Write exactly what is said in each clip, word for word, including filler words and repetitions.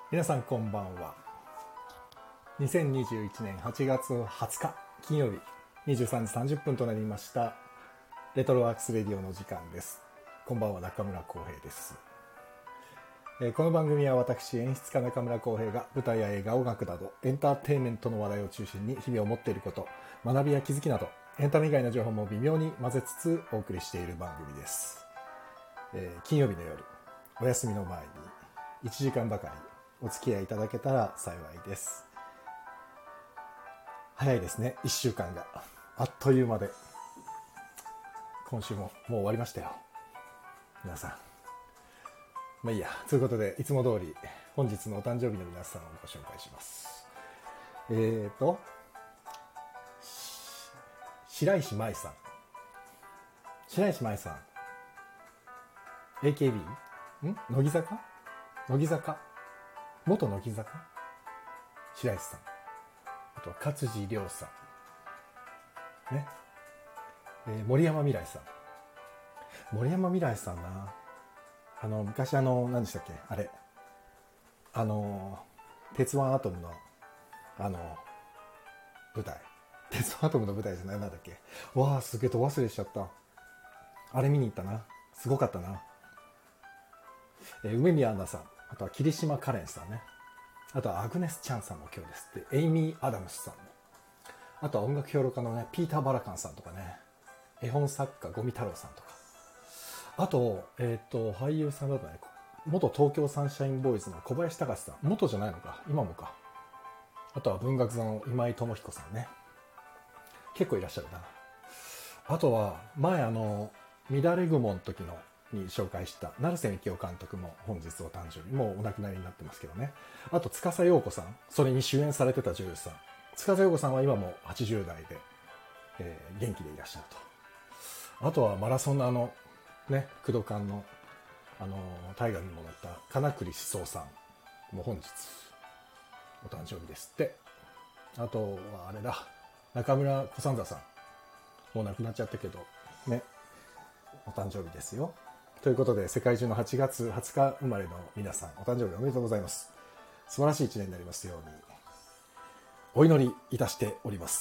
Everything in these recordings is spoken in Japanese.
皆さんこんばんは。にせんにじゅういちねんはちがつはつか金曜日にじゅうさんじさんじゅっぷんとなりました。レトロワークスレディオの時間です。こんばんは、中村浩平です。この番組は私演出家中村浩平が舞台や映画、音楽などエンターテインメントの話題を中心に日々思っていること、学びや気づきなどエンタメ以外の情報も微妙に混ぜつつお送りしている番組です。えー、金曜日の夜、お休みの前にいちじかんばかりお付き合いいただけたら幸いです。早いですね、いっしゅうかんがあっという間で、今週ももう終わりましたよ皆さん。まあいいや、ということでいつも通り本日のお誕生日の皆さんをご紹介します。えーと白石麻衣さん、白石麻衣さん エーケービー ん乃木坂乃木坂元乃木坂白石さん、あとは勝地涼さんね、えー、森山未來さん森山未来さんな、あの昔あの何でしたっけ、あれあの鉄腕アトムのあの舞台、鉄腕アトムの舞台じゃない、なんだっけ、わあすげえと忘れしちゃった。あれ見に行ったな、すごかったな。えー、梅宮アンナさん、あとは桐島カレンさんね、あとはアグネス・チャンさんも今日ですって、エイミー・アダムスさんも、あとは音楽評論家のねピーター・バラカンさんとかね、絵本作家五味太郎さんとか、あとえっ、ー、と俳優さんだとね、元東京サンシャインボーイズの小林隆さん、元じゃないのか今もか、あとは文学座の今井智彦さんね、結構いらっしゃるな。あとは前あの乱れ雲の時のに紹介した成瀬幹雄監督も本日お誕生日、もうお亡くなりになってますけどね。あと司陽子さん、それに主演されてた女優さん、司陽子さんは今もはちじゅうだいで、えー、元気でいらっしゃると。あとはマラソンのあのね工藤館のあの大河にも乗った金栗志宗さんも本日お誕生日ですって。あとはあれだ、中村小三座さん、もう亡くなっちゃったけどね、お誕生日ですよ。ということで世界中のはちがつはつか生まれの皆さん、お誕生日おめでとうございます。素晴らしい一年になりますようにお祈りいたしております。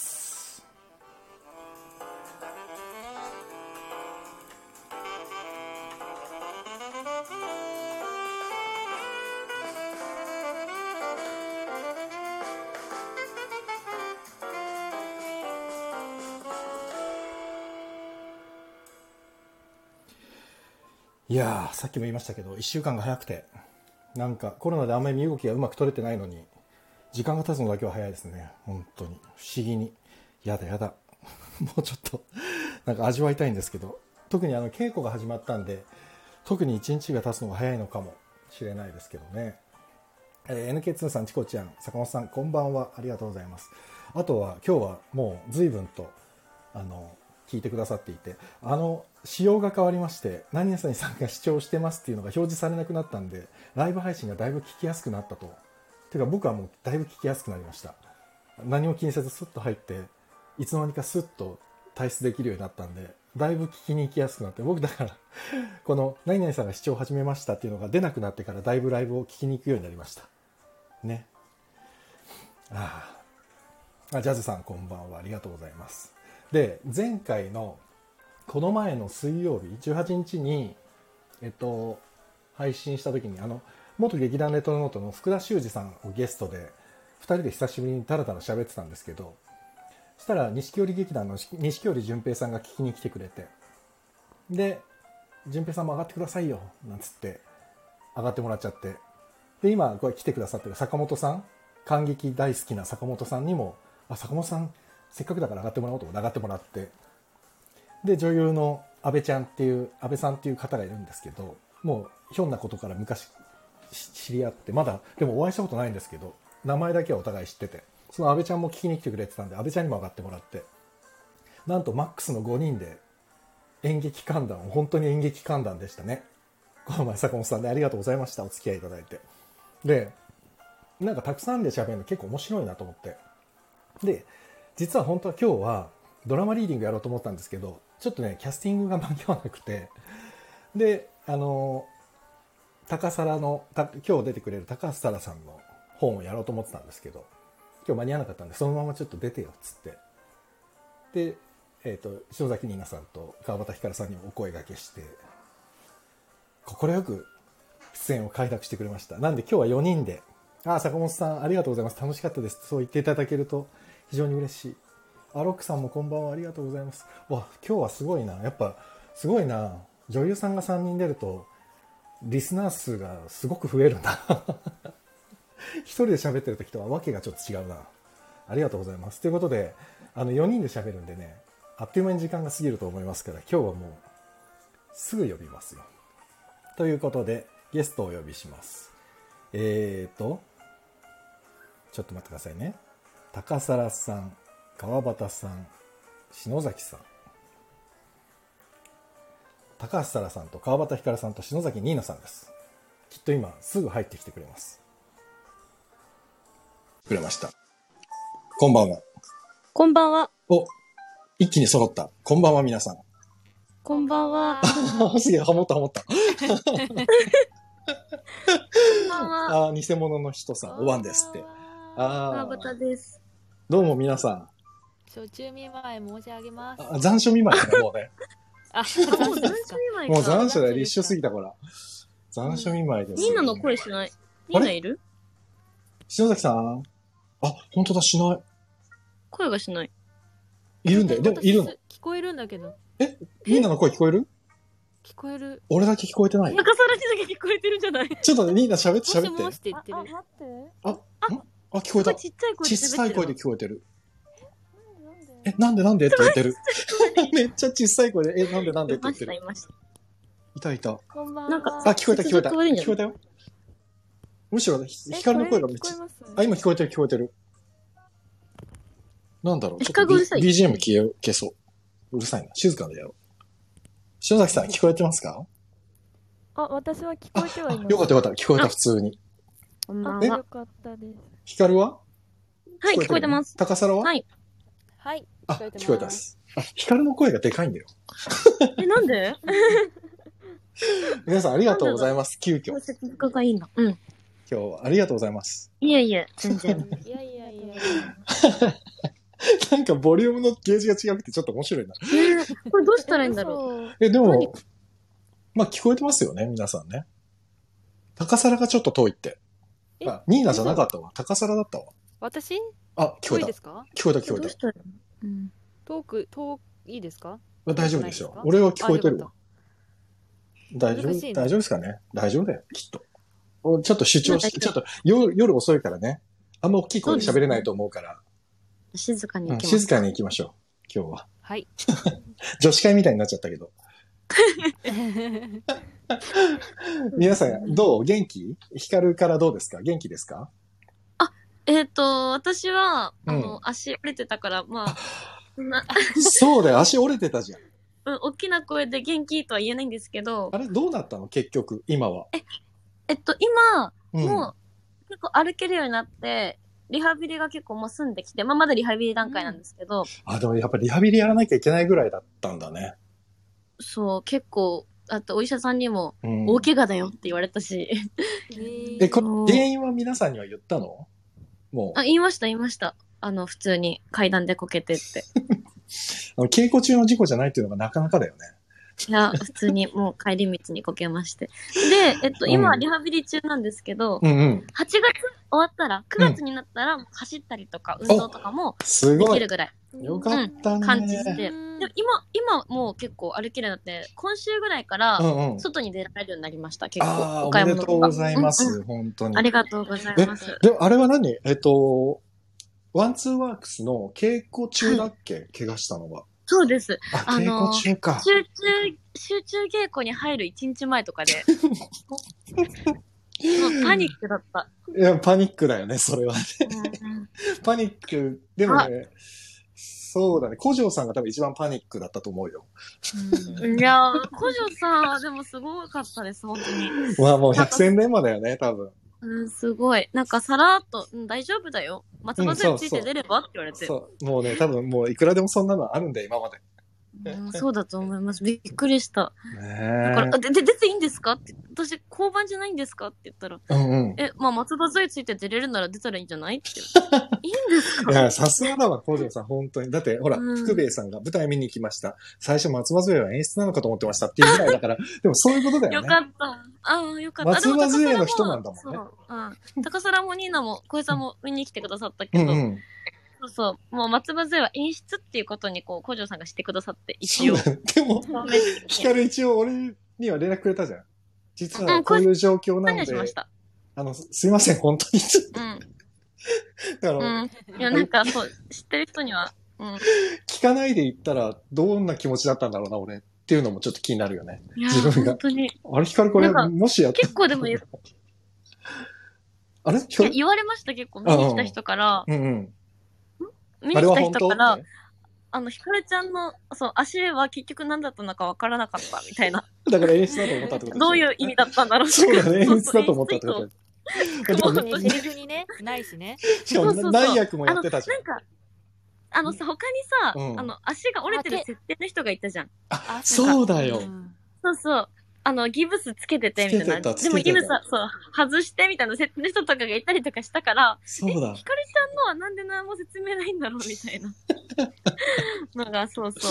いやー、さっきも言いましたけどいっしゅうかんが早くて、なんかコロナであんまり身動きがうまく取れてないのに時間が経つのだけは早いですね。本当に不思議に、やだやだもうちょっとなんか味わいたいんですけど、特にあの稽古が始まったんで特にいちにちが経つのが早いのかもしれないですけどね。えー、エヌケーツー さん、チコちゃん、坂本さん、こんばんは、ありがとうございます。あとは今日はもう随分とあの聞いてくださっていて、あの仕様が変わりまして、何々さんが視聴してますっていうのが表示されなくなったんで、ライブ配信がだいぶ聞きやすくなったと。てか僕はもうだいぶ聞きやすくなりました。何も気にせずスッと入っていつの間にかスッと退出できるようになったんで、だいぶ聞きに行きやすくなって、僕だからこの何々さんが視聴始めましたっていうのが出なくなってからだいぶライブを聞きに行くようになりましたね。ああ、ジャズさんこんばんは、ありがとうございます。で、前回のこの前の水曜日じゅうはちにちにえっと配信した時に、あの元劇団レトロノートの福田修二さんをゲストでふたりで久しぶりにタラタラ喋ってたんですけど、そしたら錦織劇団の錦織純平さんが聞きに来てくれて、で純平さんも上がってくださいよなんつって上がってもらっちゃって、で今これ来てくださってる坂本さん、感激大好きな坂本さんにも、あ、坂本さんせっかくだから上がってもらおうと思って上がってもらって、で女優の安倍ちゃんっていう安倍さんっていう方がいるんですけど、もうひょんなことから昔知り合って、まだでもお会いしたことないんですけど名前だけはお互い知ってて、その安倍ちゃんも聞きに来てくれてたんで安倍ちゃんにも上がってもらって、なんとマックスのごにんで演劇観覧を、本当に演劇観覧でしたね。この前坂本さんでありがとうございました、お付き合いいただいて。でなんかたくさんで喋るの結構面白いなと思って、で実は本当は今日はドラマリーディングやろうと思ったんですけど、ちょっとねキャスティングが間に合わなくて、であの高皿のた今日出てくれる高皿さんの本をやろうと思ってたんですけど、今日間に合わなかったんでそのままちょっと出てよっつってで、えー、と篠崎里奈さんと川端ひかるさんにもお声掛けして快く出演を快諾してくれました。なんで今日はよにんで、あ、坂本さんありがとうございます、楽しかったです、そう言っていただけると非常に嬉しい。アロックさんもこんばんは、ありがとうございます。わ、今日はすごいな、やっぱすごいな、女優さんがさんにん出るとリスナー数がすごく増えるんだ一人で喋ってる時とはわけがちょっと違うな。ありがとうございます。ということで、あのよにんで喋るんでね、あっという間に時間が過ぎると思いますから、今日はもうすぐ呼びますよ。ということでゲストをお呼びします。えーとちょっと待ってくださいね。高皿さん、川端さん、篠崎さん、高橋沙羅さんと川端ひかるさんと篠崎ニーナさんです。きっと今すぐ入ってきてくれます。くれました。こんばんは。 こんばんは。 お、一気に揃った。こんばんは皆さん。 こんばんは。 すげえ、ハモったハモった。 こんばんは。 ああ、偽物の人さん、おわんですって。あ川端です。 どうも皆さん。 初中見舞い申し上げます。 あ、残暑見舞いだね、もうね。 あ、残暑ですか。 もう残暑だよ、立暑すぎたから。残暑見舞いです。 ニーナの声しない。ニーナいる？ 篠崎さん。あ、本当だ、しない。 声がしない。 いるんだよ。でもいるの。 聞こえるんだけど。 え、ニーナの声聞こえる？ 聞こえる。 俺だけ聞こえてない。 高皿にだけ聞こえてるんじゃない？ ちょっとね、ニーナ喋って喋って。 もしもしって言ってる。 あ、待って。 あ、あ、あ、聞こえた。 ちっちゃい声で喋ってる。 小さい声で聞こえてる。え、なんでなんでって言ってる。めっちゃ小さい声で、え、なんでなんでって言ってる。 いました、いました。いたいた。 こんばんは。 なんか、 あ、聞こえた聞こえた。聞こえたよ。むしろ、ひかるの声がめっちゃ、あ、今聞こえてる聞こえてる。なんだろう、ちょっと ビージーエム 消え、消そう。うるさいな。静かでやろう。篠崎さん、聞こえてますか？ あ、私は聞こえてはいます。 よかったよかった。聞こえた、普通に。 こんばんは。よかったです。 ひかるは？ はい、聞こえてます。 高皿は？ はい。 はい。 あ、聞こえたです。あ、ひかるの声がでかいんだよ。 え、なんで？ 皆さんありがとうございます。急遽。 接続がいいんだ。うん。 今日はありがとうございます。 いえいえ、全然。 いやいやいや。 なんかボリュームのゲージが違くてちょっと面白いな。 えー、これどうしたらいいんだろう。 え、でも、まあ聞こえてますよね、皆さんね。高皿がちょっと遠いって。あ、ニーナじゃなかったわ。高皿だったわ。 私？ あ、聞こえた。 遠いですか？ 聞こえた聞こえた。 どうしたらいいの？うん。 遠く、遠いいですか？ 大丈夫ですよ。俺は聞こえてるわ。大丈夫、大丈夫ですかね。大丈夫だよ、きっと。ちょっと主張して、ちょっと夜、夜遅いからね。あんま大きい声で喋れないと思うから。 静かに行きましょう。静かに行きましょう。今日は。 はい。 女子会みたいになっちゃったけど。皆さん、どう？元気？ヒカルからどうですか？元気ですか？ あ、えっと、私は、あの、足折れてたから、まあ、 そうだよ、足折れてたじゃん。 うん、大きな声で元気とは言えないんですけど。 あれ、どうなったの？結局、今は。 え、えっと、今、うん、もう、結構歩けるようになって、リハビリが結構もう済んできて、まあ、まだリハビリ段階なんですけど。 うん、あ、でもやっぱりリハビリやらなきゃいけないぐらいだったんだね。 そう、結構、あとお医者さんにも、うん、大怪我だよって言われたし。 え、この原因は皆さんには言ったの？もう。 あ、言いました、言いました。あの、普通に階段でこけてって。 あの稽古中の事故じゃないっていうのがなかなかだよね。 いや、普通にもう帰り道にこけまして。で、えっと、今はリハビリ中なんですけど、うんうん、はちがつ終わったら、くがつになったら、走ったりとか、運動とかもできるぐらい。 よかったね、うん。 感知して。で今、今もう結構歩けるようになって、今週ぐらいから外に出られるようになりました、結構。 あお買い物とか。おめでとうございます、うんうん、本当に。 ありがとうございます。 でもあれは何？えっと、ワンツーワークスの稽古中だっけ、はい、怪我したのは。 そうです。 あ、あのー、稽古中か。 集中、集中稽古に入るいちにちまえとかで。もうパニックだった。 いや、パニックだよね、それはね。パニック、でもね、そうだね、古城さんが多分一番パニックだったと思うよ。 うん、いやー、古城さんはでもすごかったです、本当に。 まあもう百戦錬磨だよね、多分。 うん、すごい。なんかさらっと、うん、大丈夫だよ。松葉杖ついて出れば、うん、って言われて。 そう。もうね、多分もういくらでもそんなのあるんだよ、今まで。 うん、そうだと思います。びっくりした。 ねだから、で、で、出ていいんですかって、私、交番じゃないんですかって言ったら、 うんうん、 え、まあ、松葉杖ついて出れるなら出たらいいんじゃないっていいんですか？ いや、さすがだわ、工場さん、本当に。だって、ほら、うん、福兵衛さんが舞台見に行きました。最初、松葉杖は演出なのかと思ってましたっていうぐらいだから、でもそういうことだよね。 よかった。ああ、よかった。 松葉杖の人なんだもんね。 そう。うん。高皿もニーナも、小江さんも見に来てくださったけど、うんうん、そうそう。もう松葉杖は演出っていうことに、こう、工場さんがしてくださって、一応。 でも、ヒカル一応俺には連絡くれたじゃん。実はこういう状況なので、うん、あの、すいません、本当に。うん。だから、 うん。いや、なんか、そう、知ってる人には、うん。 聞かないで言ったら、どんな気持ちだったんだろうな、俺。っていうのもちょっと気になるよね。自分が。 本当に。 あれ、ヒカルこれ、もしやった結構でも言う。 あれ言われました、結構。見に来た人から。 うんうん。 見に来た人から、あの、ひかるちゃんの、そう、足は結局何だったのか分からなかったみたいな。 だから演出だと思ったってことどういう意味だったんだろう。 そうだね、演出だと思ったってこと。 雲にセリフにね、ないしね。 しかも、何役もやってたじゃん。 なんか、あのさ、他にさ、うん、あの、足が折れてる設定の人がいたじゃん。 あ、そうだよ。 そうそう。あの、ギブスつけてて、みたいな。でもギブスは、そう、外して、みたいな設定の人とかがいたりとかしたから、 そうだ。 ひかるちゃんのはなんで何も説明ないんだろう、みたいな。のが、そうそう。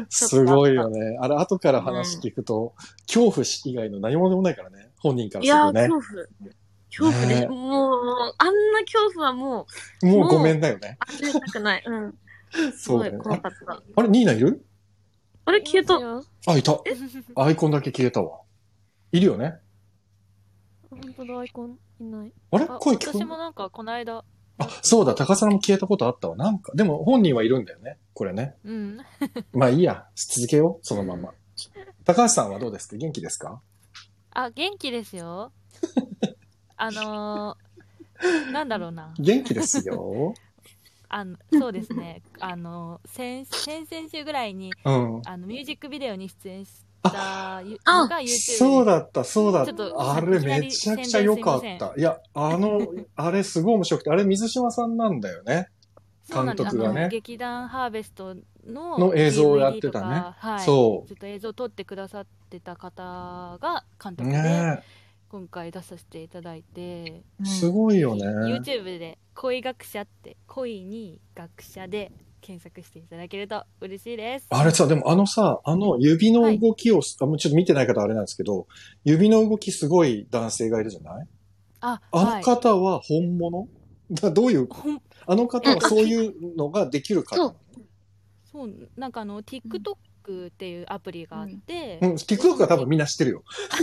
すごいよね。あれ、後から話聞くと、うん、恐怖以外の何もでもないからね。本人からするとね。 いや、恐怖。恐怖で、ね、もう、あんな恐怖はもう、もうごめんだよね。 ありたくない。うん。すごい怖かった。 あれ、ニーナいる？ あれ、消えた。 あ、いた。アイコンだけ消えたわ。いるよね。 本当だ、アイコンいない。 あれ、声聞こえ。 私もなんか、この間。 あ、そうだ、高さも消えたことあったわ。なんか、でも本人はいるんだよね。これね。 うん。 まあいいや。続けよう、そのまま。高橋さんはどうですか？元気ですか？ あ、元気ですよ。あのー、なんだろうな。 元気ですよ。 あのそうですね。あの先先々週ぐらいに、うん、あのミュージックビデオに出演したのが YouTube そうだったそうだった。あれめちゃくちゃ良かった。いやあのあれすごい面白くて、あれ水島さんなんだよね。監督がね。 劇団ハーベストのの映像をやってたね。 はい。 そう。 ちょっと映像を撮ってくださってた方が監督で。 ね、 今回出させていただいて、 すごいよね。 YouTube で恋学者って恋に学者で検索していただけると嬉しいです。 あれさ、でもあのさ、あの指の動きを、はい、あ、もうちょっと見てない方あれなんですけど、指の動きすごい男性がいるじゃない？ あ、 あの方は本物？だどういう、あの方はそういうのができる方？ そう。 そう、なんかあの TikTokっていうアプリがあって、 うん、うん、TikTok は多分みんな知ってるよ。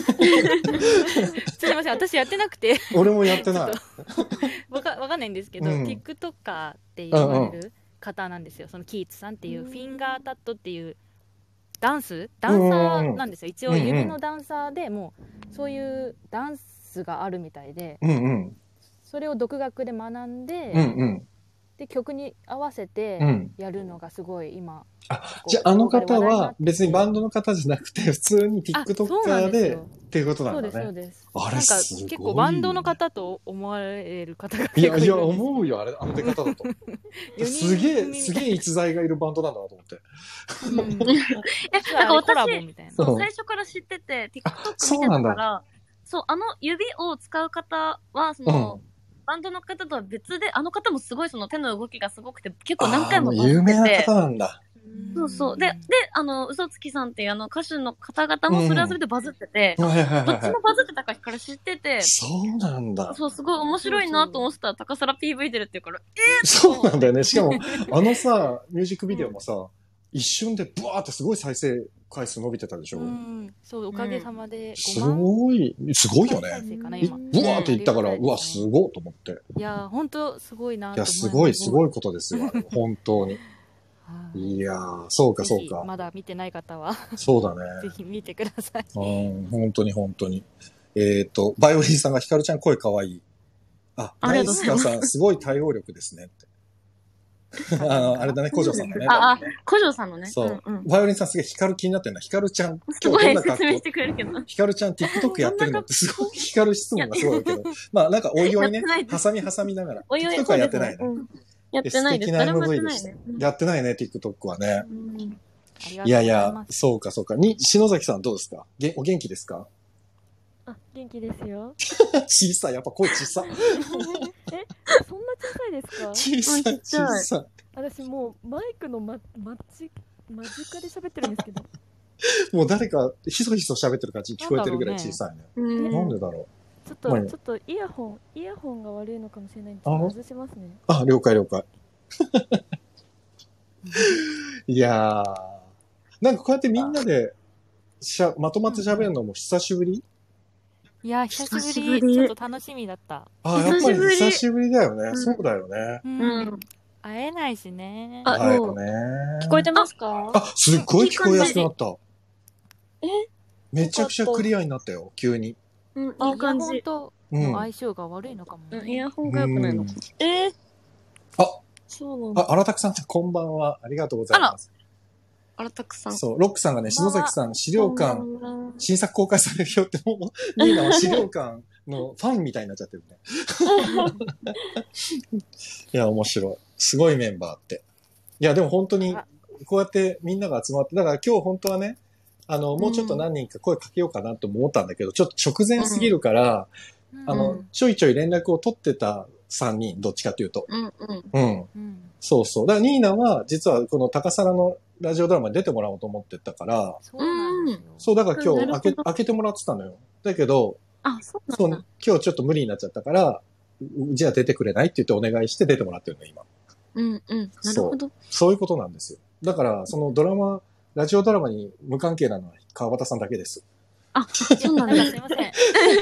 すみません、私やってなくて。 俺もやってない。 わか、わかんないんですけど、うん、TikToker って言われる方なんですよ。そのキーツさんっていう、フィンガータットっていうダンスダンサーなんですよ。一応指のダンサーで、もうそういうダンスがあるみたいで、 うんうん、 それを独学で学んで、 うんうん、 で曲に合わせてやるのがすごい今、うん、 あ、じゃああの方は別にバンドの方じゃなくて普通に TikToker でっていうことなんだね。 そうですそうです。 あれすごい、 なんか結構バンドの方と思われる方がいやいや思うよ、あれあの出方だとすげえすげえ逸材がいるバンドなんだなと思って、 うん、えなんか私そう最初から知ってて TikTok 見てたから、そうあの指を使う方はその、うんバンドの方とは別で、あの方もすごいその手の動きがすごくて、結構何回もバズってて。 有名な方なんだ。 そうそう。で、で、あの、嘘つきさんっていうあの歌手の方々もそれはそれでバズってて、うん、はいはいはいはい、どっちもバズってたから知ってて、 そうなんだ。 そう、すごい面白いなと思ってたら、高皿 ピーブイ 出るっていうから、えー、 そうなんだよね。しかも、あのさ、ミュージックビデオもさ、うん、一瞬でブワーってすごい再生回数伸びてたでしょ。 うん、そう、おかげさまでごまん、すごい、すごいよね。ブワーって言ったから、うわ、すごいと思って。 いや、本当すごいなと思います。 いや、すごい、すごいことですよ。本当に。いやー、そうか、そうか。 まだ見てない方は。 そうだね。 ぜひ見てください。 うん、本当に本当に。えっと、バイオリンさんがひかるちゃん声かわいい。あ、ナイスカさん、すごい対応力ですねって。あの、あれだね、古城さんだね。 あ、あ、古城さんのね。 そう。うんうん、バイオリンさんすげえヒカル気になってるな。ヒカルちゃん、 今日どんな格好説明してくれるけど。 ヒカルちゃん TikTok やってるのってすごいヒカル質問がすごいけど。まあなんかおいおいね、挟み挟みながら。 おいおい TikTok はやってないね。 うん、やってないです。 素敵な エムブイ でした。やってないね、TikTok はね。うん、 りがとうございます。いやいや、 そうかそうか。に、篠崎さんどうですか？げお元気ですか？ あ、元気ですよ。 小さい、やっぱ声小さい。 え、そんな小さいですか？ 小さい、小さい。 私もうマイクのま、まち、間近で喋ってるんですけど。 もう誰かひそひそ喋ってる感じに聞こえてるぐらい小さいね。な, ねなんでだろう。ちょっと、まあ、ちょっとイヤホン、イヤホンが悪いのかもしれないんで、外しますね。 あ、了解了解。いやー、なんかこうやってみんなでしゃまとまって喋るのも久しぶり？ いや、久しぶり。ちょっと楽しみだった。 あ、やっぱり久しぶりだよね。うん、そうだよね。 うん。会えないしね。 会えるね。 聞こえてますか？ あ、すっごい聞こえやすくなった。え？めちゃくちゃクリアになったよ、急に。 うん、いい感じ。 イヤホンとの相性が悪いのかも、ね。 うん、イヤホンが良くないのかも。えー、 あ、 そうなんだ。 あ、荒拓さん、こんばんは。ありがとうございます。 荒拓さん。 そう、ロックさんがね、篠崎さん、資料館、新作公開されるよって、もう、ニーナは資料館のファンみたいになっちゃってるね。いや、面白い。すごいメンバーって。いや、でも本当に、こうやってみんなが集まって、だから今日本当はね、あの、もうちょっと何人か声かけようかなと思ったんだけど、ちょっと直前すぎるから、うん、あの、ちょいちょい連絡を取ってたさんにん、どっちかというと。 うんうん。 うん。うん、そうそう。だからニーナは、実はこの高皿のラジオドラマに出てもらおうと思ってたから、 そうなんですよ。 そう、だから今日開け、開けてもらってたのよ。だけど、 あ、そうなんだ。 そう、今日ちょっと無理になっちゃったから、じゃあ出てくれないって言ってお願いして出てもらってるの、今。 うんうん。なるほど。 そう。そういうことなんですよ。だから、そのドラマ、ラジオドラマに無関係なのは川端さんだけです。 あ、そうなんだ。 すいません。い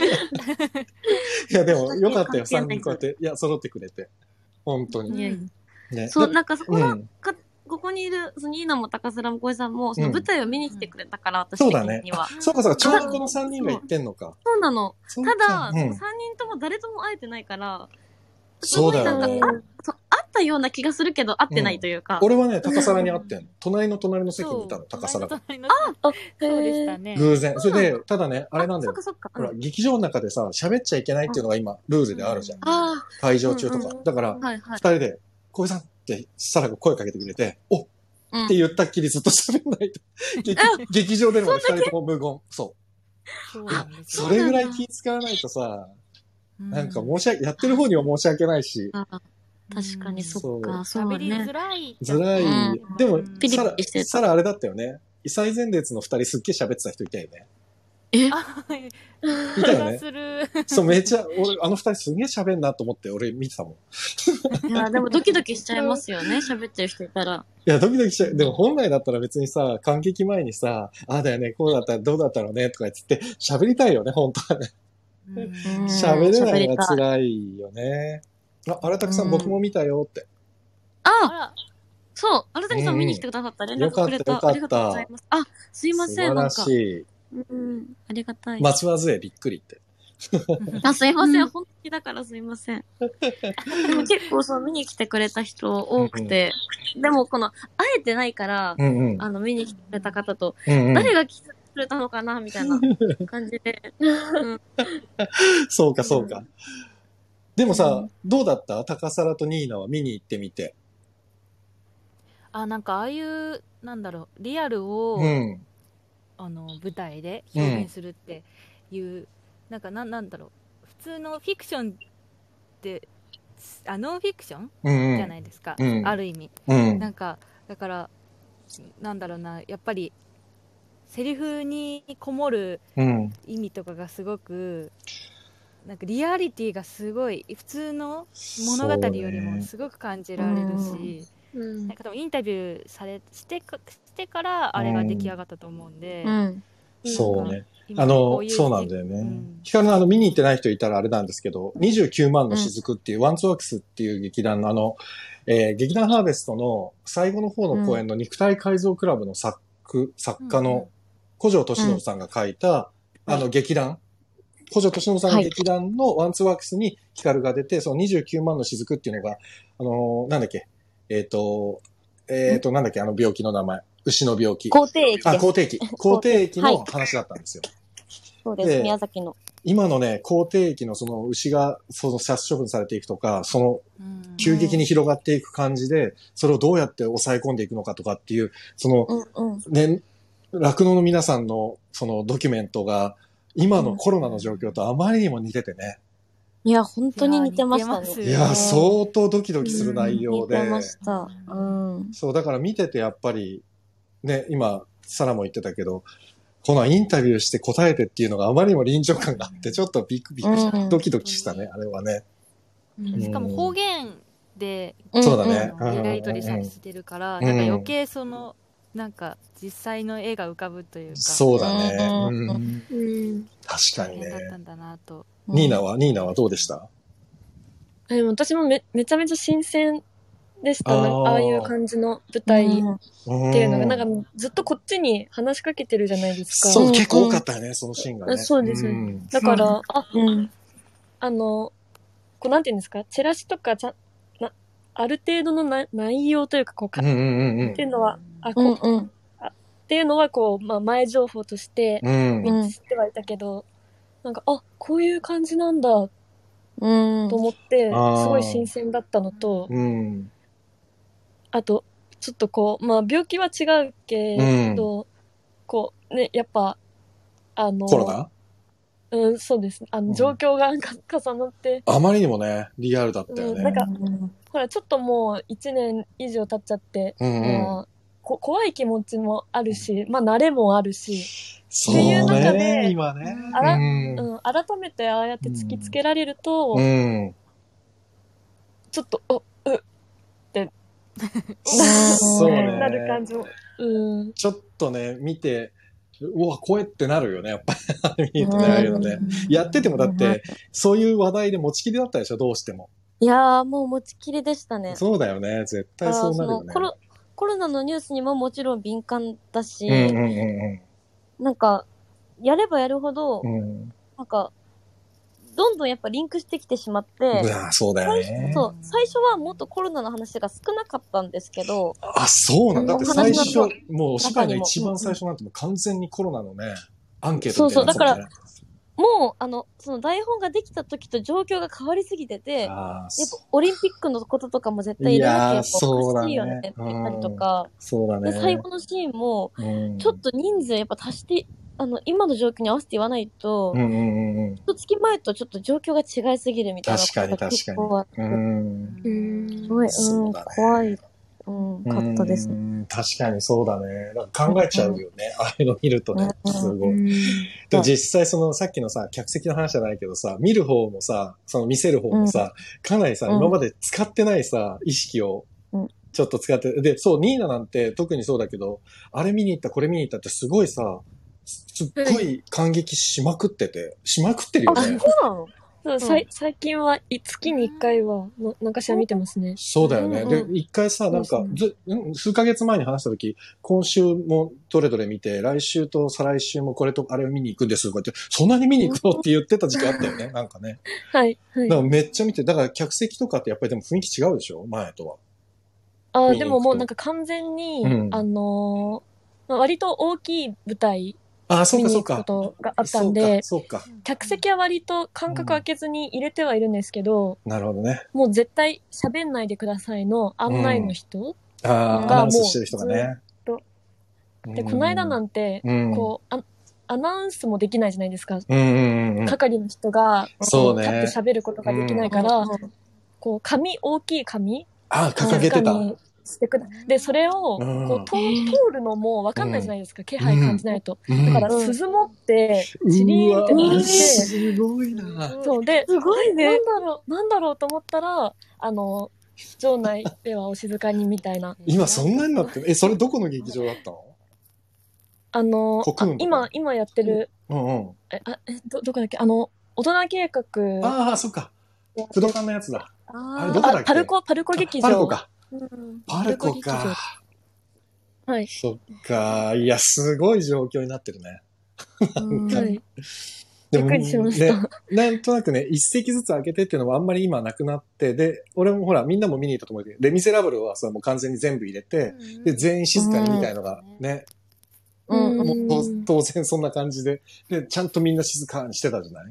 や、でもよかったよ、さんにんこうやって。いや、揃ってくれて。本当に。 うんね、そう、なんかそこの、うん、かここにいる、そのニーナも高須も小江さんも、その舞台を見に来てくれたから、うん、私的には。 そうだね。そうかそうか、ちょうどこのさんにんが言ってんのか。 そうなの。ただ、うん、そのさんにんとも誰とも会えてないから、 そうだよね。 そう、会ったような気がするけど、会ってないというか。 うん、俺はね、高皿に会ってんの。隣の隣の席にいたの、高皿が。 あ、そうでしたね。 偶然。それで、ただね、あれなんだよ。 そっかそっか。 ほら、劇場の中でさ、喋っちゃいけないっていうのが今、ルールであるじゃん。会場中とか。だから、二人で、小江さんってサラが声かけてくれて、おって言ったっきりずっと喋んないと。劇場での二人とも無言。そう。それぐらい気使わないとさ、なんか申し訳、やってる方には申し訳ないし。 確かにそっか、そうね。づらい。 づらい。でも、サラ、サラあれだったよね。異彩前列の二人すっげえ喋ってた人いたよね。 えいたよね。そう、めちゃ、俺、あの二人すげえ喋んなと思って、俺見てたもん。いや、でもドキドキしちゃいますよね、喋ってる人いたら。 いや、ドキドキしちゃう。でも本来だったら別にさ、感激前にさ、ああだよね、こうだったらどうだったろうね、とか言って喋りたいよね、本当はね。喋れないのが辛いよね。あ、荒拓さん僕も見たよって。 あそう、荒拓さん見に来てくださった連絡くれた。 よかった、よかった。 ありがとうございます。あ、すいません、なんか。 素晴らしい。 うん、ありがたい。 松葉杖びっくりって。 あ、すいません、本気だからすいません。でも結構そう見に来てくれた人多くて、でもこの、会えてないから、うんうん、あの、見に来てくれた方と、うんうん、誰が来てくれたのかなみたいな感じで。うん、 そうか、そうか。でもさ、うん、どうだった高皿とニーナは見に行ってみて。 あ、なんかああいう、なんだろう、リアルを、うんあの舞台で表現するっていう、うん、なんかな、なんだろう普通のフィクションってあノンフィクション、うん、じゃないですか、うん、ある意味、うん、なんかだからなんだろうなやっぱりセリフにこもる意味とかがすごく、うん、なんかリアリティがすごい普通の物語よりもすごく感じられるし、うん、なんか多分インタビューされしてかしてからあれが出来上がったと思うんで、うん、 そうねあのそうなんだよね、うん、ヒカルのあの見に行ってない人いたらあれなんですけどにじゅうきゅうまんの雫っていう、うん、ワンツーワークスっていう劇団のあの、えー、劇団ハーベストの最後の方の公演の肉体改造クラブの作作家の古城俊信さんが書いた、うん、あの劇団、古城俊信さんの劇団のワンツーワークスにヒカルが出て、そのにじゅうきゅうまんの雫っていうのがあのー、なんだっけえっ、ー、とえっ、ー、となんだっけあの病気の名前牛の病気。 口蹄疫。 あ、口蹄疫。口蹄疫の話だったんですよ。 そうです、宮崎の。 今のね、口蹄疫のその牛がその殺処分されていくとか、その急激に広がっていく感じで、それをどうやって抑え込んでいくのかとかっていう、その、うんうん、ね、酪農の皆さんのそのドキュメントが、今のコロナの状況とあまりにも似ててね。 いや、本当に似てましたね。 いや、相当ドキドキする内容で。 似てました。うん。 そう、だから見ててやっぱり、ね、今、サラも言ってたけど、このインタビューして答えてっていうのがあまりにも臨場感があって、ちょっとビクビク、うん、ドキドキしたね、あれはね。 うん、しかも方言で、 そうだね。 やり取りされてるから、うん、なんか余計その、なんか実際の絵が浮かぶというか。 そうだね。うんうん、確かにね。 だったんだなと。 ニーナは、ニーナはどうでした？ でも私も め, めちゃめちゃ新鮮でした。あ, ああいう感じの舞台っていうのが、なんかずっとこっちに話しかけてるじゃないですか。 そう、結構多かったよね、そのシーンがね。 そうですよね。だから、あ、うん、あの、こうなんていうんですか、チラシとかちゃな、ある程度のな内容というか、こうか、うんうんうん、っていうのは、あ、こう、うんうん、あっていうのは、こう、まあ、前情報として、知ってはいたけど、うん、なんか、あ、こういう感じなんだ、と思って、すごい新鮮だったのと、うん、あと、ちょっとこう、まあ、病気は違うけど、うん、こう、ね、やっぱ、あの、 コロナ？ うん、そうです。あの、状況が重なって、 うん。あまりにもね、リアルだったよね。うん、 なんか、ほら、ちょっともう一年以上経っちゃって、うんうん、まあ、こ怖い気持ちもあるし、まあ、慣れもあるし、 そうね、っていう中で、今ね、 あら、うんうん、改めてああやって突きつけられると、うん、ちょっと、お、うって、 そうね、 なる感じも、うん。 ちょっとね、見て、うわ、声ってなるよね、やっぱり。見るとね、ああいうのね。やっててもだって、そういう話題で持ちきりだったでしょ、どうしても。 いやー、もう持ちきりでしたね。 そうだよね、絶対そうなるよね。 コロ、コロナのニュースにももちろん敏感だし、うんうんうん、なんか、やればやるほど、うん、なんか、どんどんやっぱリンクしてきてしまって、 うわ、そうだよね。 そう、最初はもっとコロナの話が少なかったんですけど。 あ、そうなんだ。だって最初、もうお芝居の一番最初なんてもう完全にコロナのね、アンケートみたいな、ね。そうそう、だから、 もう、あの、その台本ができた時と状況が変わりすぎてて、やっぱオリンピックのこととかも絶対入れなきゃやっぱおかしいよねって言ったりとか、 そうだね。 で、最後のシーンも、ちょっと人数やっぱ足して、あの、今の状況に合わせて言わないと、うんうんうん、一月前とちょっと状況が違いすぎるみたいなことが結構あって、うん、すごい、うん、怖い、うん、かったですね。 確かにそうだね。なんか考えちゃうよね。ああいうの見るとね、すごい。でも実際そのさっきのさ、客席の話じゃないけどさ、見る方もさ、その見せる方もさ、かなりさ、今まで使ってないさ、意識を、ちょっと使って、で、そう、ニーナなんて特にそうだけど、あれ見に行った、これ見に行ったってすごいさ、すっごい感激しまくってて、しまくってるよね。あ、そうなの？ そう、うん、最近は月にいっかいは何かしら見てますね。 そうだよね。うんうん、で、一回さ、なんかず、数ヶ月前に話した時、今週もどれどれ見て、来週と再来週もこれとあれを見に行くんですとかって、そんなに見に行くのって言ってた時期あったよね、なんかね。 はい。はい、 だからめっちゃ見て、だから客席とかってやっぱりでも雰囲気違うでしょ、前とは。 ああ、でももうなんか完全に、うん、あのー、割と大きい舞台、 ああ、そうかそうか。 見に行くことがあったんで、 そうか。そうか。 客席は割と間隔空けずに入れてはいるんですけど、 うん、なるほどね。 もう絶対喋んないでくださいの案内の人、うん、 ああ、アナウンスしてる人がね。 で、この間なんて、うん、こうあ、アナウンスもできないじゃないですか。うんうんうん、係の人が、 そうね、 立って喋ることができないから、うん、こう、紙、大きい紙、 ああ、掲げてた。 してくで、それを、こう、通るのも分かんないじゃないですか。気配感じないと。だから、鈴持って、チリーンって鳴って、 すごいな。 そうで、 すごいね。 なんだろう、なんだろうと思ったら、あの、場内ではお静かにみたいな。 今そんなになってる？え、それどこの劇場だったの？ あの、あ今、今やってる、 うんうん。 え、あ、え、ど、どこだっけ？あの、大人計画。 ああ、そっか。不動館のやつだ。 あれ、どこだっけ？パルコ、パルコ劇場。 パルコか。うん、パルコか。 はい。 そっか。いや、すごい状況になってるね。 なんか、はい、 でも、 びっくりしました、 ね。なんとなくね、一席ずつ開けてっていうのもあんまり今なくなって、で、俺もほら、みんなも見に行ったと思うけど、レ・ミゼラブルはさ、もう完全に全部入れて、うん、で、全員静かにみたいのがね、うん、もう当然そんな感じで、で、ちゃんとみんな静かにしてたじゃない？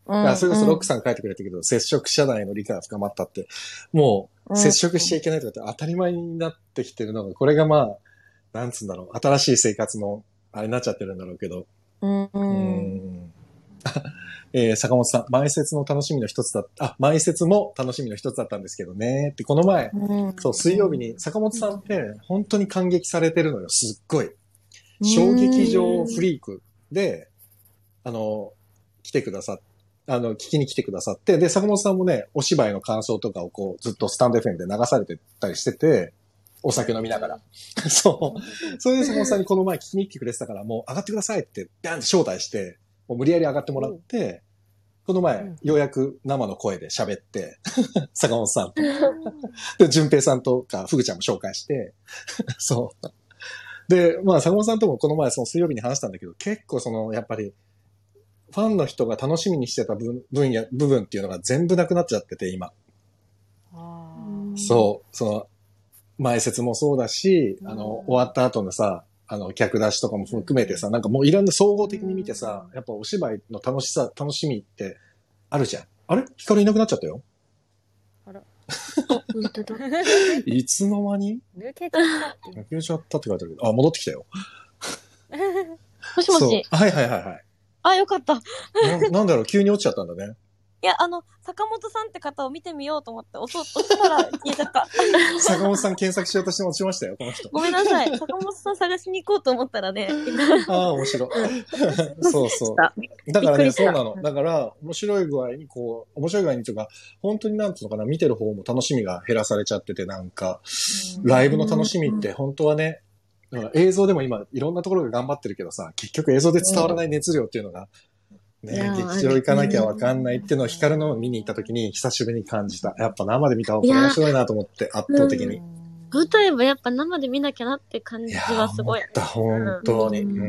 うん、それこそロックさん書いてくれたけど、うん、接触者内の理解が深まったって、もう接触しちゃいけないとかって当たり前になってきてるのが、これがまあ、なんつうんだろう、新しい生活のあれになっちゃってるんだろうけど。うん。うんえー、坂本さん、前説の楽しみの一つだった、あ、前説も楽しみの一つだったんですけどね。って、この前、うん、そう、水曜日に坂本さんって本当に感激されてるのよ、すっごい。小劇場フリークで、あの、来てくださっあの、聞きに来てくださって、で、坂本さんもね、お芝居の感想とかをこう、ずっとスタンド エフエム で流されてたりしてて、お酒飲みながら。そう。それで坂本さんにこの前聞きに来てくれてたから、もう上がってくださいって、ビャンって招待して、もう無理やり上がってもらって、この前、ようやく生の声で喋って、坂本さんと、で、淳平さんとか、ふぐちゃんも紹介して、そう。で、まあ、坂本さんともこの前、その水曜日に話したんだけど、結構その、やっぱり、ファンの人が楽しみにしてた分分野、部分っていうのが全部なくなっちゃってて、今。あそう、その、前説もそうだし、あの、終わった後のさ、あの、客出しとかも含めてさ、なんかもういろんな総合的に見てさ、やっぱお芝居の楽しさ、楽しみってあるじゃん。あれヒカルいなくなっちゃったよ。あら。本当だ。いつの間に抜けちゃった。 抜けちゃったって書いてあるけど、あ、戻ってきたよ。 もしもし。 はいはいはいはい。 あ、よかったな。 なんだろう、急に落ちちゃったんだね。 いや、あの、坂本さんって方を見てみようと思って、押そう、押したら消えちゃった。 坂本さん検索しようとして落ちましたよ、この人。 ごめんなさい。坂本さん探しに行こうと思ったらね。 ああ、面白い。そうそう。だからね、そうなの。だから、面白い具合に、こう、面白い具合にというか、本当になんていうのかな、見てる方も楽しみが減らされちゃってて、なんか、ライブの楽しみって本当はね、映像でも今、いろんなところが頑張ってるけどさ、結局映像で伝わらない熱量っていうのが、ね、劇場行かなきゃわかんないっていうのをヒカルのを見に行った時に久しぶりに感じた。やっぱ生で見た方が面白いなと思って、圧倒的に。 舞台はやっぱ生で見なきゃなって感じはすごい。 いや、本当に。うん。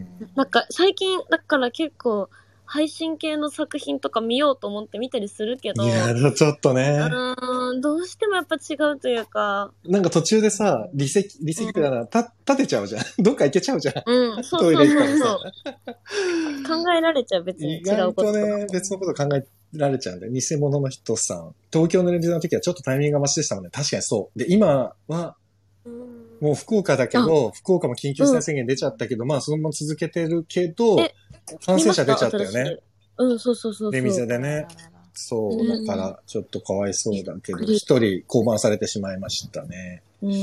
なんか最近、だから結構、配信系の作品とか見ようと思って見たりするけど。 いや、ちょっとね。 うん、どうしてもやっぱ違うというか。 なんか途中でさ、離席、離席ってな、た、立てちゃうじゃん。どっか行けちゃうじゃん。 うん、そうそうそうそう。考えられちゃう、別に違うこと。意外とね、 別のこと考えられちゃうんだよ。偽物の人さん。東京のレンジの時はちょっとタイミングがマシでしたもんね。確かにそう。で、今は、もう福岡だけど、福岡も緊急事態宣言出ちゃったけど、まあそのまま続けてるけど、感染者出ちゃったよね。 うん、そうそうそう。 出店でね。そう、だから、ちょっとかわいそうだけど、一人降板されてしまいましたね。うん。うん。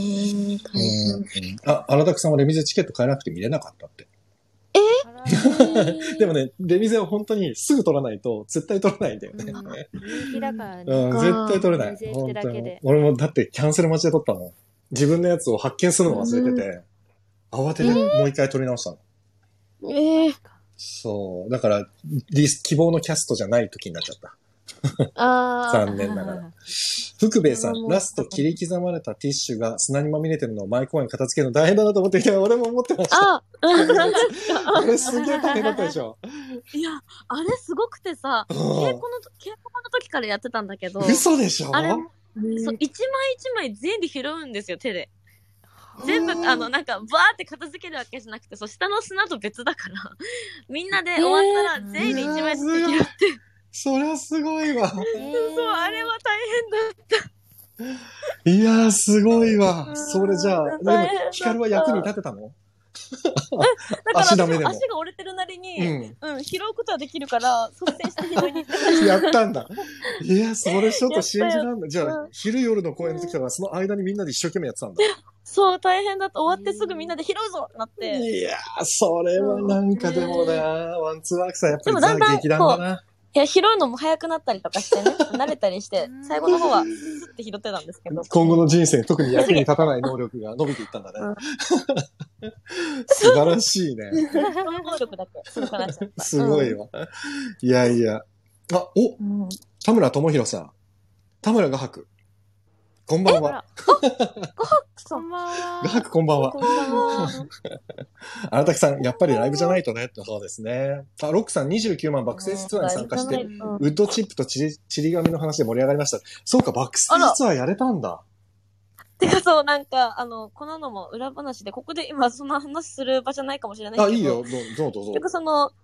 あ、荒拓さんはレミゼチケット買えなくて見れなかったって。 えでもね、レミゼは本当にすぐ取らないと、絶対取らないんだよね。 人気だからね。 うん、絶対取れない。本当に。俺もだってキャンセル待ちで取ったの。自分のやつを発見するの忘れてて、慌ててもう一回取り直したの。 ええー。 そう。だから、希望のキャストじゃない時になっちゃった。 あ残念ながら。福兵衛さん、ラスト切り刻まれたティッシュが砂にまみれてるのをマイコーに片付けるの大変だなと思っていた。俺も思ってました。 ああれすげえ大変だったでしょ。 いや、あれすごくてさ、稽古の、稽古の時からやってたんだけど。 嘘でしょ。 あれ、そう、一枚一枚全部拾うんですよ、手で。全部、あの、なんか、バーって片付けるわけじゃなくて、そう、下の砂と別だから、みんなで終わったら全員で一枚ずつ拾って。 そりゃすごいわ。 そう、あれは大変だった。いやー、すごいわ。それじゃあ、でも、ヒカルは役に立てたの？ だから足ダメでも足が折れてるなりに、うん、うん、拾うことはできるから、率先して拾いに行ってました。 やったんだ。いや、それちょっと信じらんない。じゃあ、うん、昼夜の公演の時から、その間にみんなで一生懸命やってたんだ。 そう、大変だった。終わってすぐみんなで拾うぞってなって。 いやー、それはなんかでもな、ワンツーワークさん、やっぱりザ・劇団だな。 いや、拾うのも早くなったりとかしてね、慣れたりして、最後の方はスッて拾ってたんですけど。 今後の人生、特に役に立たない能力が伸びていったんだね。うん、素晴らしいね。 その能力だけ、すぐ話しちゃった。 すごいわ。うん、いやいや。あ、お、うん、田村智弘さん。田村画伯。こんばんは。 画伯さん。こんばんは。 画伯こんばんは。 こんばんは。 荒滝さん、やっぱりライブじゃないとね。そうですね。あ、ロックさんにじゅうきゅうまんバックステージツアーに参加して、ウッドチップとチリ、チリ紙の話で盛り上がりました。そうか、バックステージツアーやれたんだ。 てかそう、なんか、あの、こののも裏話で、ここで今その話する場じゃないかもしれないけど。 あ、いいよ。どうぞどうぞ。 てかその、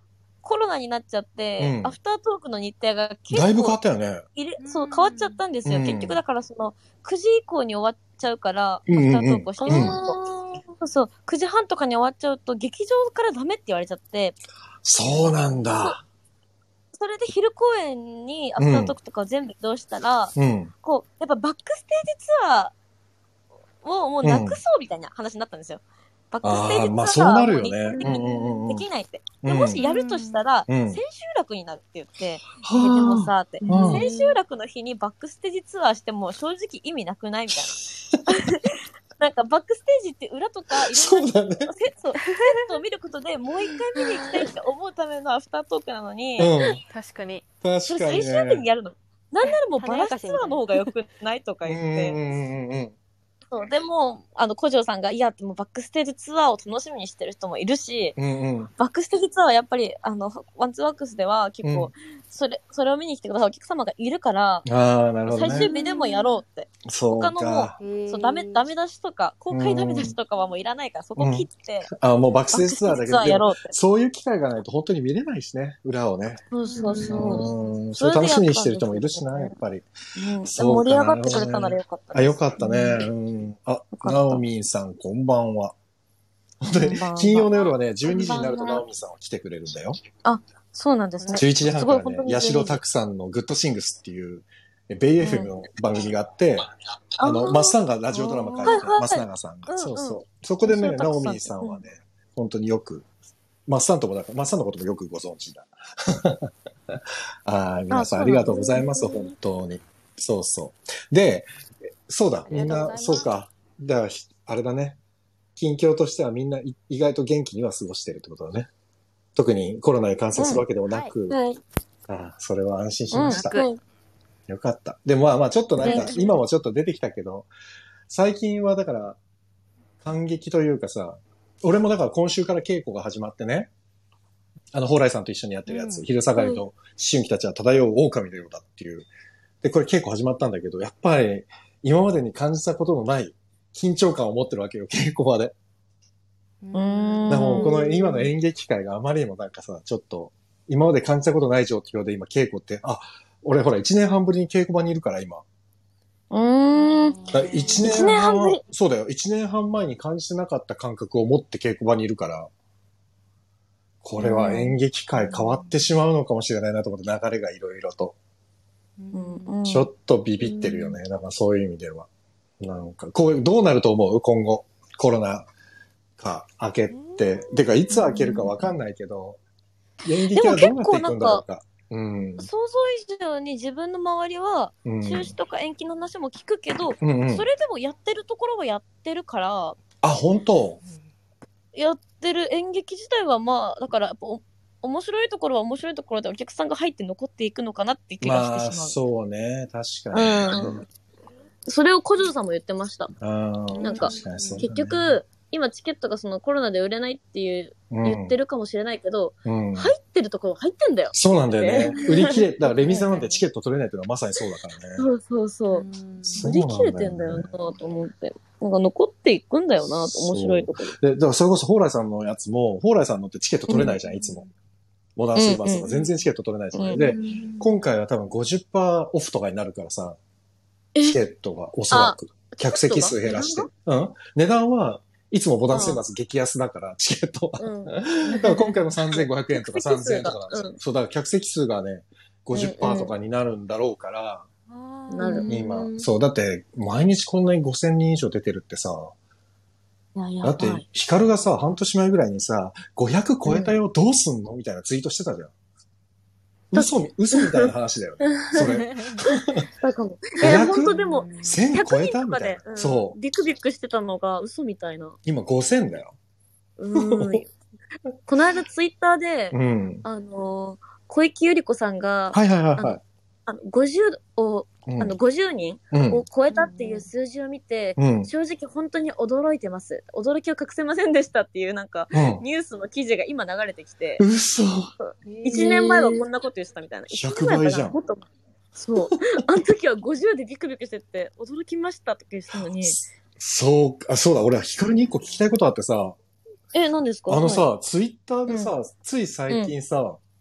コロナになっちゃって、うん、アフタートークの日程が結構だいぶ変わったよね。 そう、変わっちゃったんですよ。うん、結局だからその、くじ以降に終わっちゃうから、うんうんうん、アフタートークをしてると、うん、そうそう、くじはんとかに終わっちゃうと、劇場からダメって言われちゃって。 そうなんだ。 それで昼公演にアフタートークとかを全部移動したら、うん、こう、やっぱバックステージツアーをもうなくそうみたいな話になったんですよ。うんバックステージツアーはもうできないって。でもしやるとしたら、千秋楽になるって言って、でもさ、って、千秋楽の日にバックステージツアーしても正直意味なくないみたいな。なんかバックステージって裏とかいろんなそうだ、ね、 セット、セットを見ることでもう一回見に行きたいって思うためのアフタートークなのに、 うん、確かに。 確かに、ね。 それ最終日にやるの。なんならもうバラシツアーの方が良くないとか言って。うんうんうんそうでも、あの、小城さんが、いや、でもバックステージツアーを楽しみにしてる人もいるし、うんうん、バックステージツアーはやっぱり、あの、ワンツーワークスでは結構、うん、それ、それを見に来てくださるお客様がいるから、 あー、なるほどね、 最終日でもやろうって。 そうか。 他のもう、そう、ダメ、ダメ出しとか、公開ダメ出しとかはもういらないから、そこ切って、 うん、あ、もうバックステージツアーだけど、やろうって。そういう機会がないと本当に見れないしね、裏をね。 そうそうそう。 うん、それ楽しみにしてる人もいるしな、やっぱり。 うん、盛り上がってくれたならよかったです。 あ、よかったね。うん。あ、ナオミンさん、こんばんは。本当に、金曜の夜はね、じゅうにじになるとナオミンさんは来てくれるんだよ。 あ、そうなんですね。 じゅういちじはんからね、八代拓さんのグッドシングスっていう、ベイ エフエム の番組があって、うん、あの、マッサンがラジオドラマ書いてた、マスナガさんが、うんうん。そうそう。そこでね、ナオミンさんはね、本当によく、マッサンともだから、マッサンのこともよくご存知だ。ああ、皆さんありがとうございます、本当に。そうそう。で、そうだ、みんな、そうか。だから、あれだね。近況としてはみんな意外と元気には過ごしてるってことだね。特にコロナに感染するわけでもなく、うんはい、ああそれは安心しました、うん。よかった。でもまあまあちょっとなんか、今もちょっと出てきたけど、最近はだから、感激というかさ、俺もだから今週から稽古が始まってね、あの、蓬莱さんと一緒にやってるやつ、うん、昼下がりの思春期たちは漂う狼のようだっていう。で、これ稽古始まったんだけど、やっぱり今までに感じたことのない緊張感を持ってるわけよ、稽古場で。うーん。だからもうこの今の演劇界があまりにもなんかさ、ちょっと、今まで感じたことない状況で今稽古って、あ、俺ほら一年半ぶりに稽古場にいるから今。 うーん。 一年半ぶり。そうだよ。一年半前に感じてなかった感覚を持って稽古場にいるから、これは演劇界変わってしまうのかもしれないなと思って流れがいろいろと。うん、ちょっとビビってるよね。だからそういう意味では。なんか、こう、どうなると思う今後。コロナが明けて。てか、いつ明けるかわかんないけど、演劇はどうなっていくんだろうか。うん、 想像以上に自分の周りは、中止とか延期の話も聞くけど、うんうん、それでもやってるところはやってるから。 あ、本当？ やってる演劇自体はまあ、だからやっぱ、面白いところは面白いところでお客さんが入って残っていくのかなって気がしてしまう。まあ、 そうね。確かに。うん。 それを小城さんも言ってました。なんか、ね、結局、今チケットがそのコロナで売れないっていう、うん、言ってるかもしれないけど、うん、入ってるところ入ってんだよ。 そうなんだよね。売り切れ、だからレミさんなんてチケット取れないっていうのはまさにそうだからね。 そうそうそう。売り切れてんだよなと思って。なんか残っていくんだよなと、面白いところ。 で、だからそれこそ蓬莱さんのやつも、蓬莱さんのってチケット取れないじゃん、うん、いつも。モダンスーバースとか全然チケット取れないじゃない、うんうん、で、今回は多分 ごじゅっパーセント オフとかになるからさ、チケットがおそらく、客席数減らして。うん。値段はいつもモダンスーバース激安だから、チケットは。うん、だから今回もさんぜんごひゃくえんとかさんぜんえんとかなんですよ。うん、そう、だから客席数がね、ごじゅっパーセント とかになるんだろうから、 なる。 今、そう、だって毎日こんなにごせんにん以上出てるってさ、 いやいやだって、ヒカルがさ、半年前ぐらいにさ、ごひゃく超えたよ、うん、どうすんのみたいなツイートしてたじゃん。嘘、嘘みたいな話だよね。それ。 だかも。えー、本当でも、 せん超えたみたいな、 うん。 そう。 ビクビクしてたのが嘘みたいな。 今ごせんだよ。 うん。この間ツイッターで、うん、あの、小池百合子さんが、 はいはいはいはい。 あの、ごじゅうを、うん、あの、ごじゅうにんを超えたっていう数字を見て、うん、正直本当に驚いてます。驚きを隠せませんでしたっていうなんか、うん、ニュースの記事が今流れてきて。 嘘。 いちねんまえはこんなこと言ってたみたいな。 ひゃくばいじゃん。もっとそう。あの時はごじゅうでビクビクしてて、驚きましたって言ってたのに。 そう、あ、そうだ、俺はヒカルに一個聞きたいことあってさ。 え、何ですか？ あのさ、はい、ツイッターでさ、うん、つい最近さ、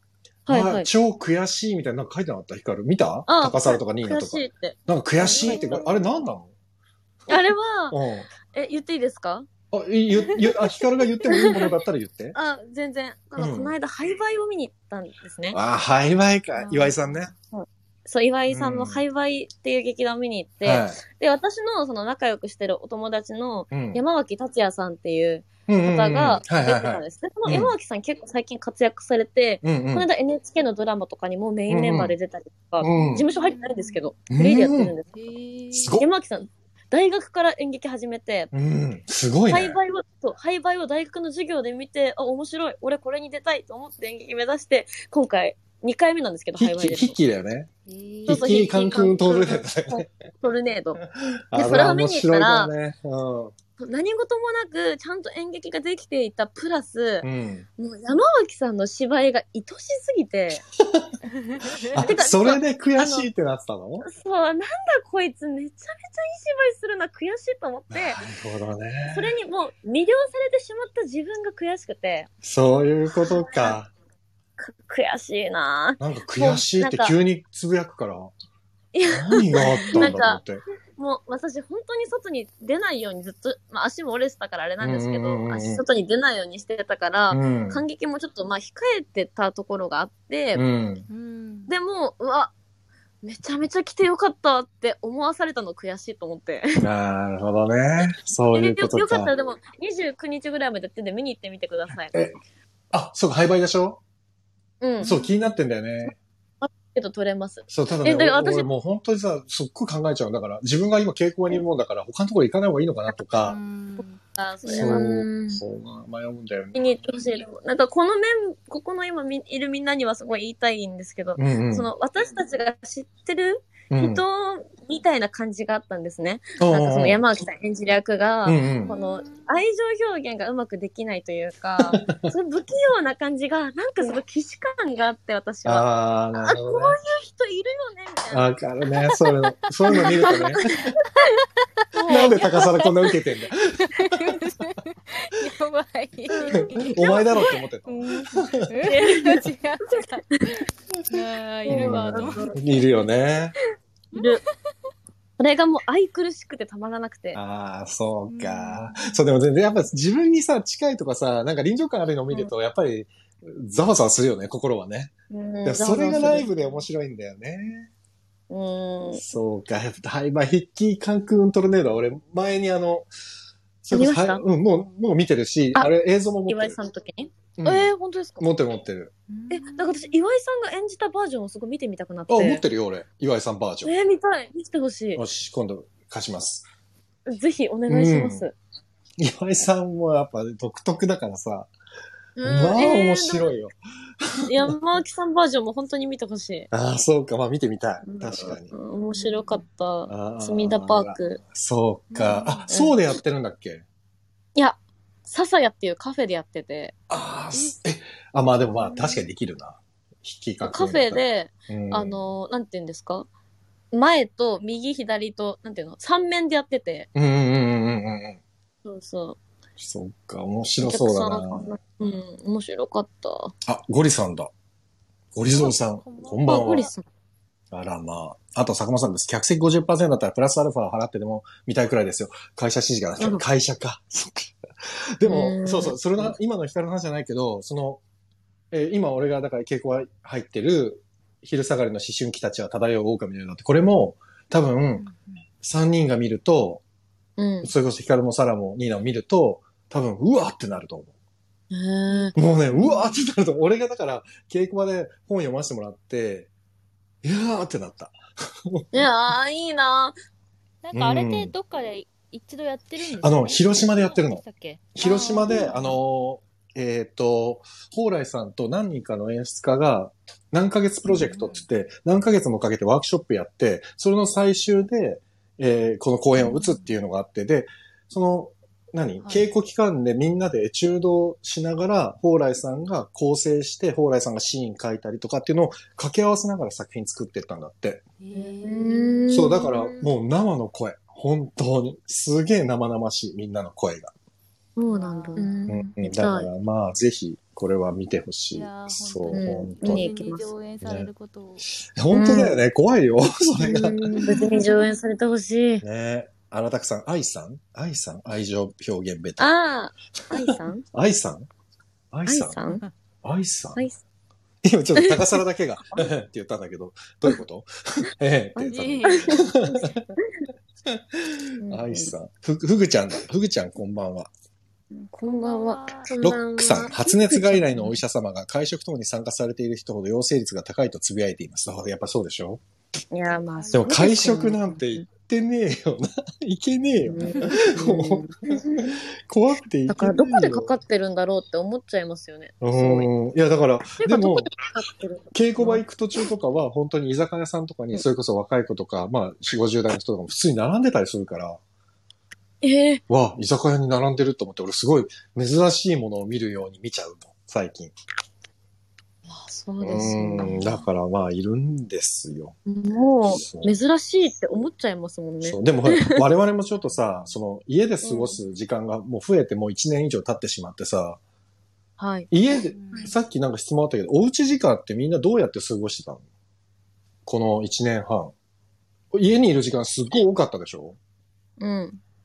はいはい。 超悔しいみたいな、なんか書いてなかったヒカル。見た高皿とかニーナとか。悔しいって。なんか悔しいって、あれ何なの？ あれは、うん、え、言っていいですか？ あ、ゆ、ゆ、あ、ヒカルが言ってもいいものだったら言って。 あ、全然。あの、うん、この間、ハイバイを見に行ったんですね。 あ、ハイバイか。岩井さんね。 うん、そう、岩井さんのハイバイっていう劇団を見に行って、うんはい、で、私のその仲良くしてるお友達の山脇達也さんっていう方が出てたんです。で、その山脇さん結構最近活躍されて、うんうん、この間 エヌエイチケー のドラマとかにもメインメンバーで出たりとか、うんうん、事務所入ってないんですけど、フリーでやってるんです。うん、山脇さん、大学から演劇始めて、 うん、すごいね。 廃売を、そう、廃売を大学の授業で見て、あ、面白い。俺これに出たいと思って演劇目指して、今回にかいめなんですけど、廃売で。 ヒッキーだよね。そうそう、ヒッキーカンクントルネードだよね。 トルネード。で、それを見に行ったら、 ねうん何事もなく、ちゃんと演劇ができていたプラス、うん、もう山脇さんの芝居が愛しすぎて。 あてかそれで悔しいってなってたの？ そう、なんだこいつめちゃめちゃいい芝居するな、悔しいと思って。なるほどね。 それにもう魅了されてしまった自分が悔しくて。 そういうことか。 悔しいななんか悔しいって急につぶやくから。何があったんだと思って。 もう私本当に外に出ないようにずっと、まあ足も折れてたからあれなんですけど、うんうんうん、足外に出ないようにしてたから、うん、感激もちょっとまあ控えてたところがあって、うん、でも、うわ、めちゃめちゃ来てよかったって思わされたの悔しいと思って。 なるほどね。そういうことか。 よかったらでもにじゅうくにちぐらいまでやってんで見に行ってみてください。 え、あ、そうか、廃売でしょ？ うん。 そう、気になってんだよね。 けど取れます。 そう、ただね、だ私俺もう本当にさ、すっごい考えちゃうんだから、自分が今稽古場にいるもんだから、他のところ行かない方がいいのかなとか、 あそれはそう、そう、迷うんだよね。 見に行ってほしい。なんかこの面、ここの今いるみんなにはすごい言いたいんですけど、うんうん、その私たちが知ってる人みたいな感じがあったんですね。うん、なんかその山脇さん演じる役が、うんうん、この愛情表現がうまくできないというか、その不器用な感じが、なんかすごい既視感があって、私は。 あー、なるほどね、 あ、こういう人いるよね、みたいな。 わかるね、そういうの、そういうの見るとね。なんで高皿こんな受けてんだやばい。 お前だろって思ってた。 うん、違う違う。あいるわ、 いるよね。 いる。それがもう愛くるしくてたまらなくて。 ああ、そうか。うん、そう、でも全然やっぱ自分にさ、近いとかさ、なんか臨場感あるのを見ると、やっぱり、ざわざわするよね、心はね。うん、それがライブで面白いんだよね。うん。そうか。やっぱ、はい、まあ、ヒッキーカンクントルネードは俺、前にあの、 それこそ、はい、 うん、もう、もう見てるし、あ, あれ映像も持ってる。 岩井さんの時に、うん、えー、本当ですか？ 持ってる持ってる。 え、だから私、岩井さんが演じたバージョンをすごい見てみたくなって。 あ、持ってるよ、俺。岩井さんバージョン。 えー、見たい。見せてほしい。 よし、今度貸します。 ぜひお願いします。うん、 岩井さんもやっぱ独特だからさ、うん、まあ面白いよ。 えー、山脇さんバージョンも本当に見てほしい。 ああ、そうか。まあ見てみたい。確かに。 うん、面白かった。隅田パーク。 そうか。あ、そうでやってるんだっけ？ いや、笹屋っていうカフェでやってて。 ああ、え、あ、まあでもまあ確かにできるな。引きかカフェで、うん、あの、なんて言うんですか？前と右左と、なんていうの？三面でやってて。 うんうんうんうんうん。 そうそう。 そっか、面白そうだな。 うん、面白かった。 あ、ゴリさんだ。ゴリゾーさん。こんばんは。 ゴリさん。 あらまあ。あと、坂本さんです。客席 ごじゅっパーセント だったらプラスアルファを払ってでも見たいくらいですよ。会社指示がなくて、うん、会社か。そっか。でも、そうそう、それな、今の光の話じゃないけど、その、えー、今俺がだから稽古が入ってる、昼下がりの思春期たちは漂う狼のようだって、これも多分、さんにんが見ると、うん、それこそ光もサラもニーナを見ると、多分、うわーってなると思う。もうね、うわーってなると思う。俺がだから、稽古場で本読ませてもらって、いやーってなった。 いやー、いいなー。なんかあれってどっかで一度やってるんですか？ あの、広島でやってるの。広島で、あの、えっと、蓬莱さんと何人かの演出家が、何ヶ月プロジェクトって言って、何ヶ月もかけてワークショップやって、それの最終で、えー、この公演を打つっていうのがあって、で、その、何、稽古期間でみんなでエチュードしながら、蓬莱さんが構成して、蓬莱さんがシーン書いたりとかっていうのを掛け合わせながら作品作ってったんだって。へー。そう、だからもう生の声。本当に。すげえ生々しい、みんなの声が。 そうなんだ。うん、だからまあ、ぜひ、これは見てほしい。いそう、 本当に。無事に上演されることを。 本当だよね。怖いよ、それが。 無事に上演されてほしい。 ね荒拓さん、愛さん愛さん愛情表現ベタ。 ああ、愛さん愛さん愛さん愛さん今ちょっと高皿だけが、って言ったんだけど、どういうことええって言ったの。愛さん。ふ、ふぐちゃんだ。ふぐちゃんこんばんは。 こんばんは。 ロックさん、発熱外来のお医者様が会食等に参加されている人ほど陽性率が高いとつぶやいています。やっぱそうでしょいや、まあ、 でも会食なんて言ってねえよな。いけねえよな。怖くていけねえよ。 だからどこでかかってるんだろうって思っちゃいますよね。 うん。いや、だから、でも、稽古場行く途中とかは、本当に居酒屋さんとかに、それこそ若い子とか、まあ、よんじゅう、ごじゅう代の人とかも普通に並んでたりするから、 ええー。 わ、居酒屋に並んでると思って、俺すごい珍しいものを見るように見ちゃうの、最近。 あ、そうですよね。 だからまあ、いるんですよ。 もう、珍しいって思っちゃいますもんね。 そう。でも、我々もちょっとさ、その、家で過ごす時間がもう増えてもういちねん以上経ってしまってさ、 はい。 家で、さっきなんか質問あったけど、おうち時間ってみんなどうやって過ごしてたの？このいちねんはん。家にいる時間すっごい多かったでしょ？ うん。 うん。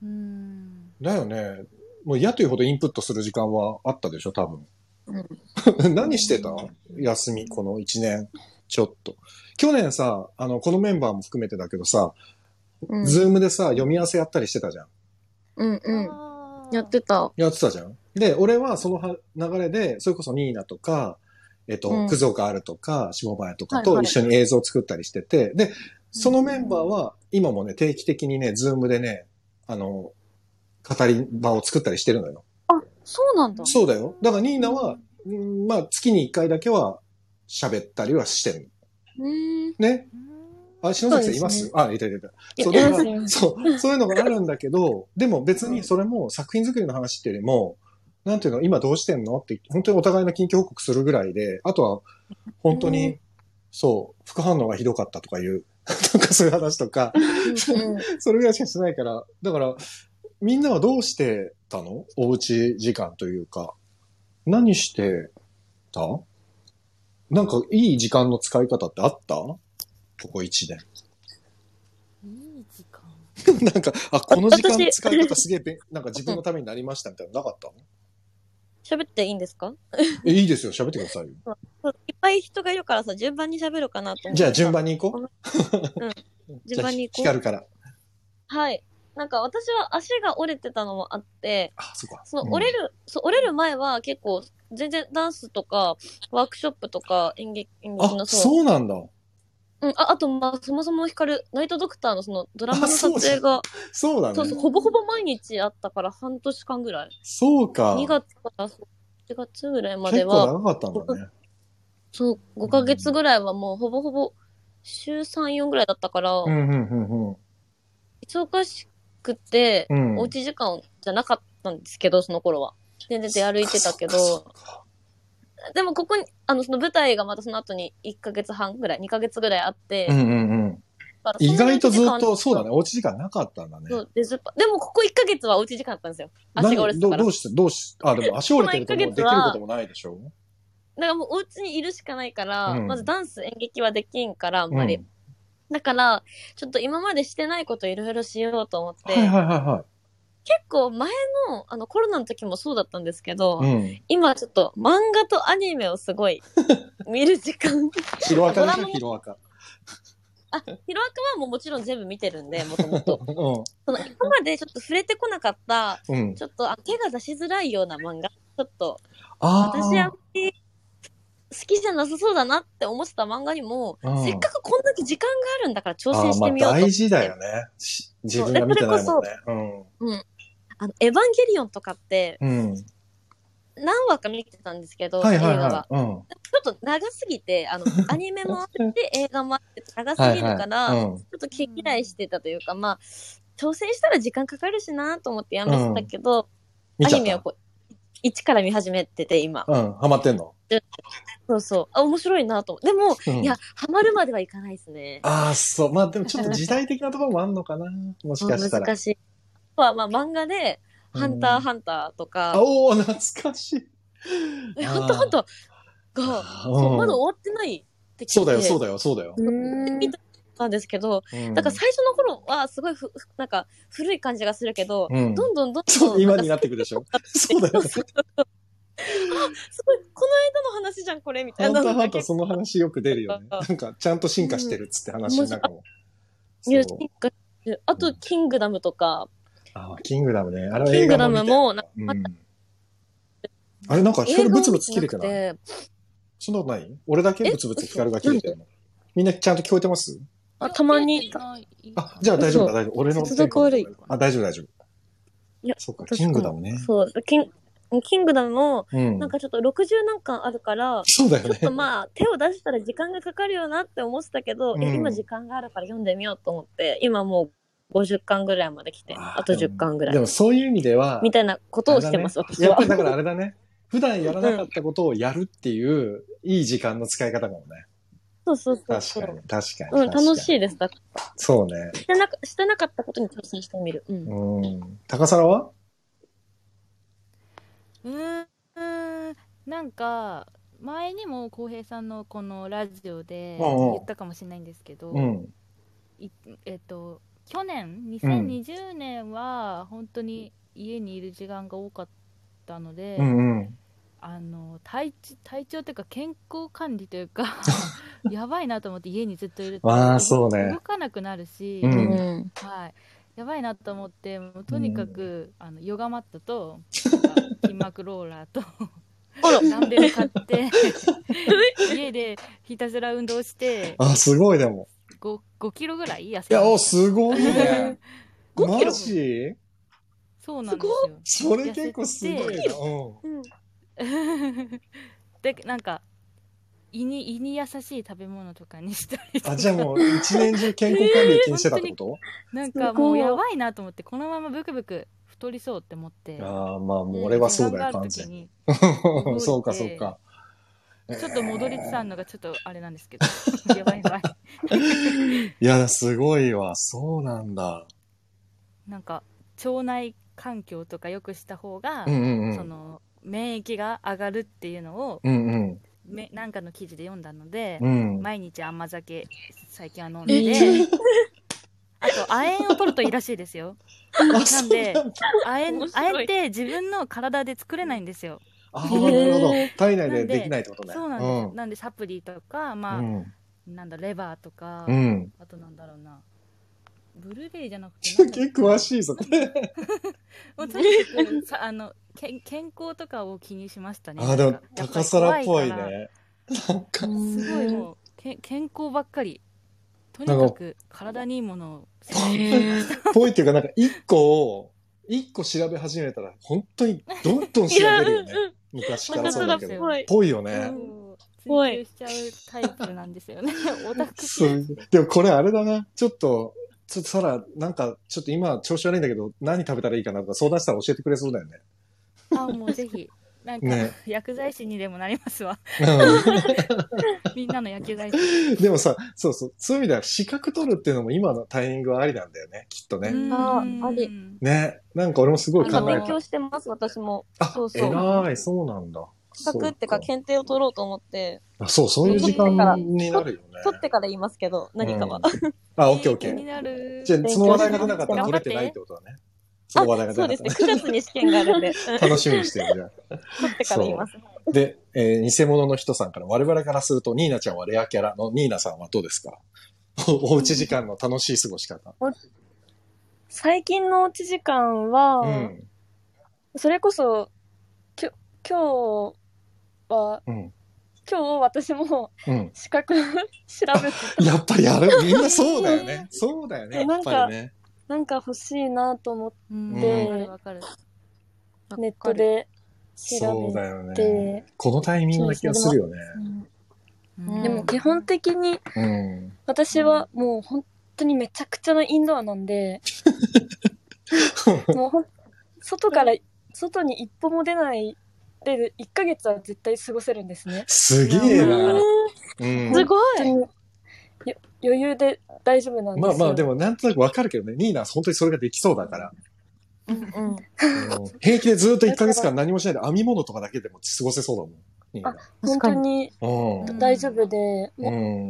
だよね。もう嫌というほどインプットする時間はあったでしょ、多分。 うん、 何してた？休み、このいちねんちょっと。去年さ、あの、このメンバーも含めてだけどさ、うん、ズームでさ、読み合わせやったりしてたじゃん。 うんうん。やってた。 やってたじゃん。で、俺はその流れで、それこそニーナとか、えっと、うん、クゾカールとか、下林とかと一緒に映像を作ったりしてて、はいはい、で、そのメンバーは今もね、定期的にね、ズームでね、あの、語り場を作ったりしてるのよ。 あ、そうなんだ。 そうだよ。だからニーナは、うん、まあ月にいっかいだけは喋ったりはしてる。 うんね。あ、篠崎さんいます？あ、いたいたいた。そう、だから、そう、そういうのがあるんだけど、でも別にそれも作品作りの話っていうよりも、なんていうの、今どうしてんのって、本当にお互いの近況報告するぐらいで、あとは、本当に、そう、副反応がひどかったとかいう、とかそういう話とか、それぐらいしかしないから、だから、みんなはどうしてたの？おうち時間というか。何してた？なんかいい時間の使い方ってあった？ここ一年。 いい時間なんか、あ、この時間の使い方すげえ、なんか自分のためになりましたみたいなのなかったの？ 喋っていいんですか？ え、いいですよ。喋ってくださいよ。 いっぱい人がいるからさ、順番に喋るかなと思って。 じゃあ順番に行こう。 うん。順番に行こう。 光るから。 はい。なんか私は足が折れてたのもあって、 あ、そうか。 その折れる、うん、そう、折れる前は結構、全然ダンスとか、ワークショップとか、演劇、演劇のそう。あ、そうなんだ。 うん、あ、あと、まあ、そもそも光る、ナイトドクターのそのドラマの撮影が、 そうだね。 そうそう、ほぼほぼ毎日あったから半年間ぐらい。 そうか。 にがつからいちがつぐらいまでは。 結構長かったんだね。 そう、ごかげつぐらいはもうほぼほぼ週さん、よんぐらいだったから、 うんうんうんうん。 忙しくて、うん、おうち時間じゃなかったんですけど、その頃は。全然出歩いてたけど、でもここに、あの、その舞台がまたその後にいっかげつはんぐらい、にかげつぐらいあって、 うんうんうん、意外とずっと、そうだね、おうち時間なかったんだね。 そうで、ずっと、でもここいっかげつはおうち時間だったんですよ。足が折れてたから。 どうして、どうし、あ、でも足折れてるともうできることもないでしょ？ だからもうお家にいるしかないから、うん、まずダンス、演劇はできんから、あんまり。うん、だから、ちょっと今までしてないこといろいろしようと思って、 はいはいはいはい。 結構前の、あの、コロナの時もそうだったんですけど、 うん、 今ちょっと漫画とアニメをすごい見る時間。 ヒロアカでしょ、ヒロアカ。 あ、ヒロアカはもうもちろん全部見てるんで、もともと。その今までちょっと触れてこなかった、うん、ちょっとあ手が出しづらいような漫画、ちょっと、私あんまり好きじゃなさそうだなって思ってた漫画にも、うん、せっかくこんだけ時間があるんだから挑戦してみようと。 まあ大事だよね。自分が見てないもんね。 うん。うん。あの、エヴァンゲリオンとかって、 うん、 何話か見てたんですけど、 はいはいはい、 映画は、 うん。 ちょっと長すぎて、あの、アニメもあって映画もあって長すぎるから、はいはいうん、ちょっと毛嫌いしてたというか、まあ、挑戦したら時間かかるしなと思ってやめてたけど、うん、アニメをこう、一から見始めてて、今。 うん、ハマってんの？ そうそう。あ、面白いなと思って。でも、うん、いや、ハマるまではいかないですね。 ああ、そう。まあでもちょっと時代的なところもあんのかな。もしかしたら。 難しい。は、まあ漫画で、 ハンターハンターとか。 おー、懐かしい。 え、ハンターハンターが、そう、まだ終わってないって聞いて。 そうだよ、そうだよ、そうだよ。 見たんですけど、だから最初の頃はすごいふ、なんか古い感じがするけど、どんどんどんどん。 そう、今になってくるでしょ。そうだよ。 あ、すごい、この間の話じゃん、これ、みたいな。 ハンターハンターその話よく出るよね。なんか、ちゃんと進化してるっつって話の中も。 いや、進化してる。あと、キングダムとか。 ああ、キングダムね。あれキングダムも、なんか、 あれなんか光ブツブツ切れてない？そんなことない？俺だけブツブツ光が切れてるの？みんなちゃんと聞こえてます？ あ、たまに。 あ、じゃあ大丈夫だ、大丈夫。俺の。 接続悪い。 あ、大丈夫、大丈夫。 いや、 そうか、キングダムね。 そう、キン、キングダムも、なんかちょっとろくじゅうなんかんあるから、 そうだよね。 ちょっとまあ、手を出したら時間がかかるよなって思ってたけど、今時間があるから読んでみようと思って、今もうごじゅっかんぐらいまで来て、あとじゅっかんぐらい。 でもそういう意味では、 みたいなことをしてます、私は。やっぱりだからあれだね。普段やらなかったことをやるっていう、いい時間の使い方かもね。 そうそうそう。 確かに、確かに。 うん、楽しいです、だから。 そうね。 してなか、してなかったことに挑戦してみる。うん。 うん。高皿は？ うーん、なんか、前にも浩平さんのこのラジオで言ったかもしれないんですけど、うん、えっと、去年、にせんにじゅうねんは本当に家にいる時間が多かったので、うんうん、あの 体, 体調というか健康管理というかやばいなと思って、家にずっといるとあそう、ね、 動かなくなるし、 うん、 はい、やばいなと思って、もうとにかく、うん、あのヨガマットと筋膜ローラーとダンベル買って家でひたすら運動して、 あすごいでも 5, 5キロぐらい痩せいやおすごいねごキロマジそうなんですよ。 それ結構すごいな、 うん、でなんか胃に胃に優しい食べ物とかにしたりとか。 あじゃあもう一年中健康管理気にしてたってこと？ なんかもうやばいなと思って、このままブクブク太りそうって思って。 ああまあもう俺はそうだよ、完全に。そうかそうか。 ちょっと戻りつつあるのがちょっとあれなんですけどやばいやばいいやすごいわ、そうなんだ。 なんか腸内環境とか良くした方が、 うんうんうん、 その免疫が上がるっていうのを、 うんうんめなんかの記事で読んだので、 うん、 毎日甘酒最近は飲んであと亜鉛を取るといいらしいですよ。なんで亜鉛、亜鉛って自分の体で作れないんですよ。 ああなるほど、体内でできないってことね。 そうなんです、うん、なんでサプリとかまあ、うん、なんだレバーとか、 うん、 あとなんだろうなブルーベリーじゃなくて結構詳しいぞこれもうとにかくさあのけ健康とかを気にしましたね。 あでも高皿っぽいね。 なんかすごいもうけ健康ばっかり、とにかく体にいいものをぽいっていうか、なんか一個を一個調べ始めたら本当にどんどん調べるよね。昔からそうだけどぽいよね。 追求しちゃうタイプなんですよねオタク。 でもこれあれだな、ちょっとちょっとサラなんかちょっと今調子悪いんだけど何食べたらいいかなとか相談したら教えてくれそうだよね。 あもうぜひなんか、ね、薬剤師にでもなりますわみんなの薬剤師。 でもさ、そうそうそういう意味では資格取るっていうのも今のタイミングはありなんだよね、きっとね。 あありね、なんか俺もすごい考えた。 勉強してます私も。 あそうそう偉い、そうなんだ。 資格ってか検定を取ろうと思って。 あそうそういう時間になるよね。 取ってから言いますけど何かは。 うん、あオッケーオッケー。じゃあその話題が出なかったら取れてないってことだね。その話題が出なかった。 そうですね。くがつに試験があるんで。 楽しみにしてるじゃん。 取ってから言います。 で、えー、偽物の人さんから、我々からするとニーナちゃんはレアキャラのニーナさんはどうですか？おうち時間の楽しい過ごし方。 最近のおうち時間は、うん、それこそきょ今日は、うん、今日私も資格、うん、調べてやっぱりあれみんなそうだよね。そうだよね。やっぱりね。 なんか欲しいなと思って、うん、ネットで調べて、そうだよね、 このタイミングな気がするよね。 うん、でも基本的に、うん、私はもう本当にめちゃくちゃなインドアなんでもうほん外から外に一歩も出ないでいっかげつは絶対過ごせるんですね。 すげえな、 うん、すごい余裕で大丈夫なんですよ。 まあまあでもなんとなくわかるけどね、ニーナは本当にそれができそうだから。 うんうん。 平気でずっといっかげつかん何もしないで編み物とかだけでも過ごせそうだもん。 あ、本当に大丈夫で、うん、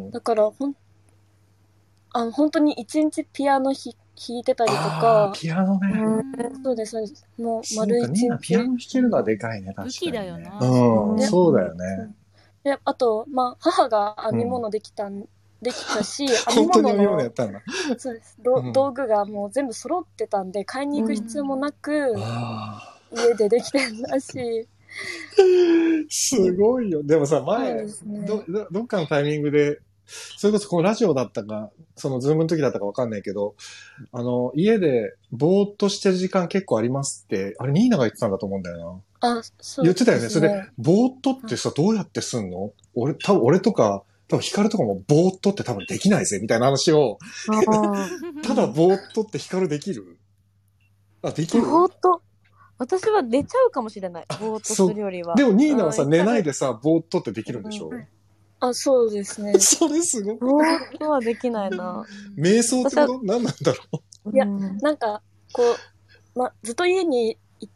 だからほんあ本当に一日ピアノ弾いてたりとか。 ピアノね、 うん。そうです、そうです。もう丸一日。 ピアノ弾けるのはでかいね、確かに。 武器だよな。 うん、そうだよね。 で、あと、まあ、母が編み物できたん、できたし、 本当に編み物やったんだ。 そうです。道具がもう全部揃ってたんで、買いに行く必要もなく、家でできてたし。 すごいよ。でもさ、前、ね、ど、どっかのタイミングで、それこそこのラジオだったか、そのズームの時だったかわかんないけど、あの、家でぼーっとしてる時間結構ありますって、あれニーナが言ってたんだと思うんだよな。あ、そう、 ね。言ってたよね。それで、ぼーっとってさ、どうやってすんの？俺、多分俺とか、多分ヒカルとかもぼーっとって多分できないぜ、みたいな話を。ただぼーっとってヒカルできる？あ、できる？ ぼーっと。私は寝ちゃうかもしれない。ぼーっとするよりは。 でもニーナはさ、寝ないでさ、ぼーっとってできるんでしょ？うん、 あ、そうですね。 それすごく。 ぼーっとはできないな。 瞑想ってこと？何なんだろう。いや、なんか、こう、ま、ずっと家に行って、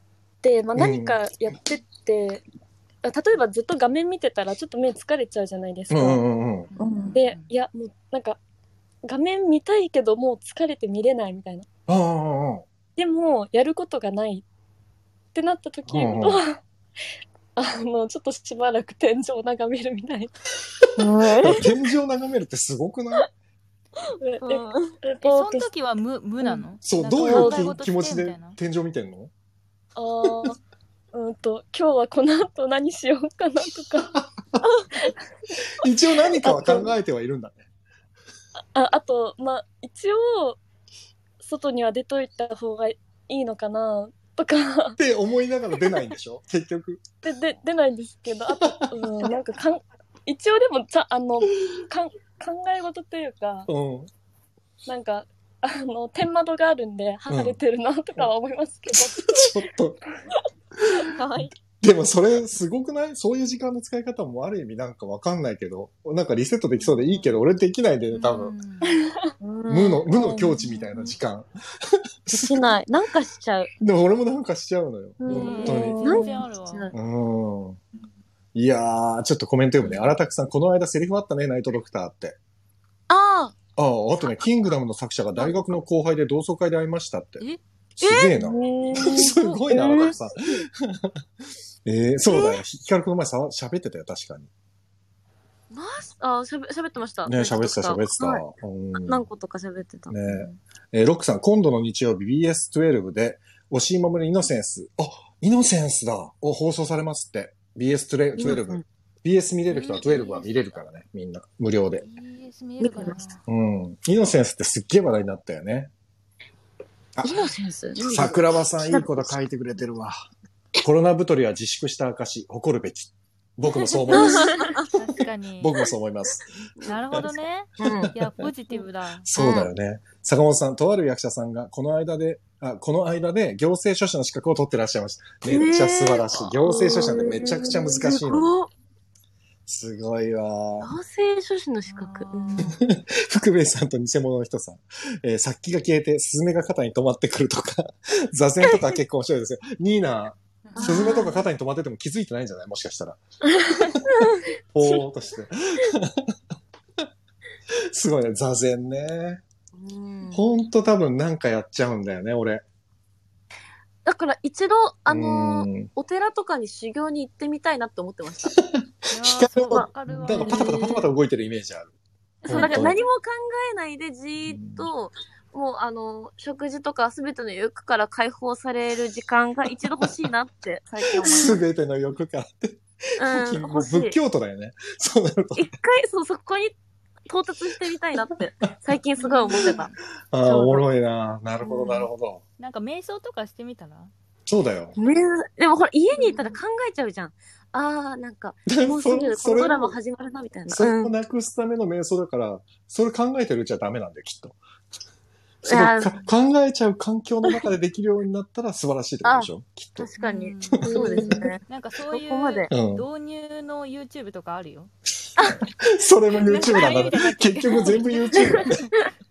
ま、何かやってって、うん、例えばずっと画面見てたらちょっと目疲れちゃうじゃないですか。うんうんうん、で、いや、もうなんか、画面見たいけどもう疲れて見れないみたいな。 ああでも、やることがないってなった時は、あの、ちょっとしばらく天井を眺めるみたいな。天井を眺めるってすごくない？ え、その時は無、無なの？ そう、どういう気持ちで天井見てんの？ ああ、うんと、今日はこの後何しようかなとか。 一応何かは考えてはいるんだね。 あ、あと、まあ、一応、外には出といた方がいいのかなとか。 って思いながら出ないんでしょ結局。 で、で、出ないんですけど、あと、うん、なんかかん、一応でも、ちゃ、あの、かん、考え事というか、うん、なんか、あの、天窓があるんで、晴れてるなとかは思いますけど。うん、ちょっと。 かわいい。 でもそれすごくない？そういう時間の使い方もある意味なんかわかんないけど、なんかリセットできそうでいいけど、俺できないんだよね、多分。無の、無の境地みたいな時間。 できない。なんかしちゃう。 でも俺もなんかしちゃうのよ。本当に。 全然あるわ。 うん。いやー、ちょっとコメント読むね。荒拓さん、この間セリフあったね、ナイトドクターって。 ああ。 ああ、あとね、キングダムの作者が大学の後輩で同窓会で会いましたって。 えすげえな。すごいな、荒拓さん。えー、そうだよ。ヒカルこの前さ、喋ってたよ、確かに。 まあ、しゃべ、喋ってました。 ね、喋ってた、喋ってた。はいうん、何個とか喋ってた。 ねえー、ロックさん、今度の日曜日 ビーエスじゅうに で、押し守りイノセンス。あ、イノセンスだを放送されますって。ビーエスじゅうに。うん、ビーエス 見れる人はじゅうには見れるからね、みんな。無料で。 ビーエス 見れるから。 うん。イノセンスってすっげえ話題になったよね。 イノセンス桜庭さん、いいこと書いてくれてるわ。コロナ太りは自粛した証、誇るべき。僕もそう思います。 確かに。 僕もそう思います。 なるほどね。いや、ポジティブだ。 そうだよね。坂本さん、とある役者さんが、この間で、あ、この間で行政書士の資格を取ってらっしゃいました。めっちゃ素晴らしい。行政書士なんてめちゃくちゃ難しいの。すごいわ。 行政書士の資格。 福兵衛さんと偽物の人さん。えー、殺気が消えて、スズメが肩に止まってくるとか、座禅とか結構面白いですよ。ニーナ、スズメとか肩に止まってても気づいてないんじゃない？もしかしたら。ぽーっとして。すごいね、座禅ね。ほんと多分なんかやっちゃうんだよね、俺。 だから一度、あのー、お寺とかに修行に行ってみたいなって思ってました。 光の、なんかパタパタパタパタ動いてるイメージある。 そう、だから何も考えないでじーっと、もうあの、食事とかすべての欲から解放される時間が一度欲しいなって最近思います。 すべての欲からって。うん、もう仏教徒だよね。そうなると。 一回、そう、そこに到達してみたいなって、最近すごい思ってた。 ああ、おもろいな。なるほど、なるほど。 なんか瞑想とかしてみたら？ そうだよ。 でもほら、家にいたら考えちゃうじゃん。ああ、なんか、もうすぐこのドラマ始まるな、みたいな。 それをなくすための瞑想だから、それ考えてるうちはダメなんだよ、きっと。それ考えちゃう環境の中でできるようになったら素晴らしいってことでしょ、きっと。 確かに。そうですね。 なんかそういう導入の YouTube とかあるよ。 それも YouTube なんだね。結局全部 YouTube だね。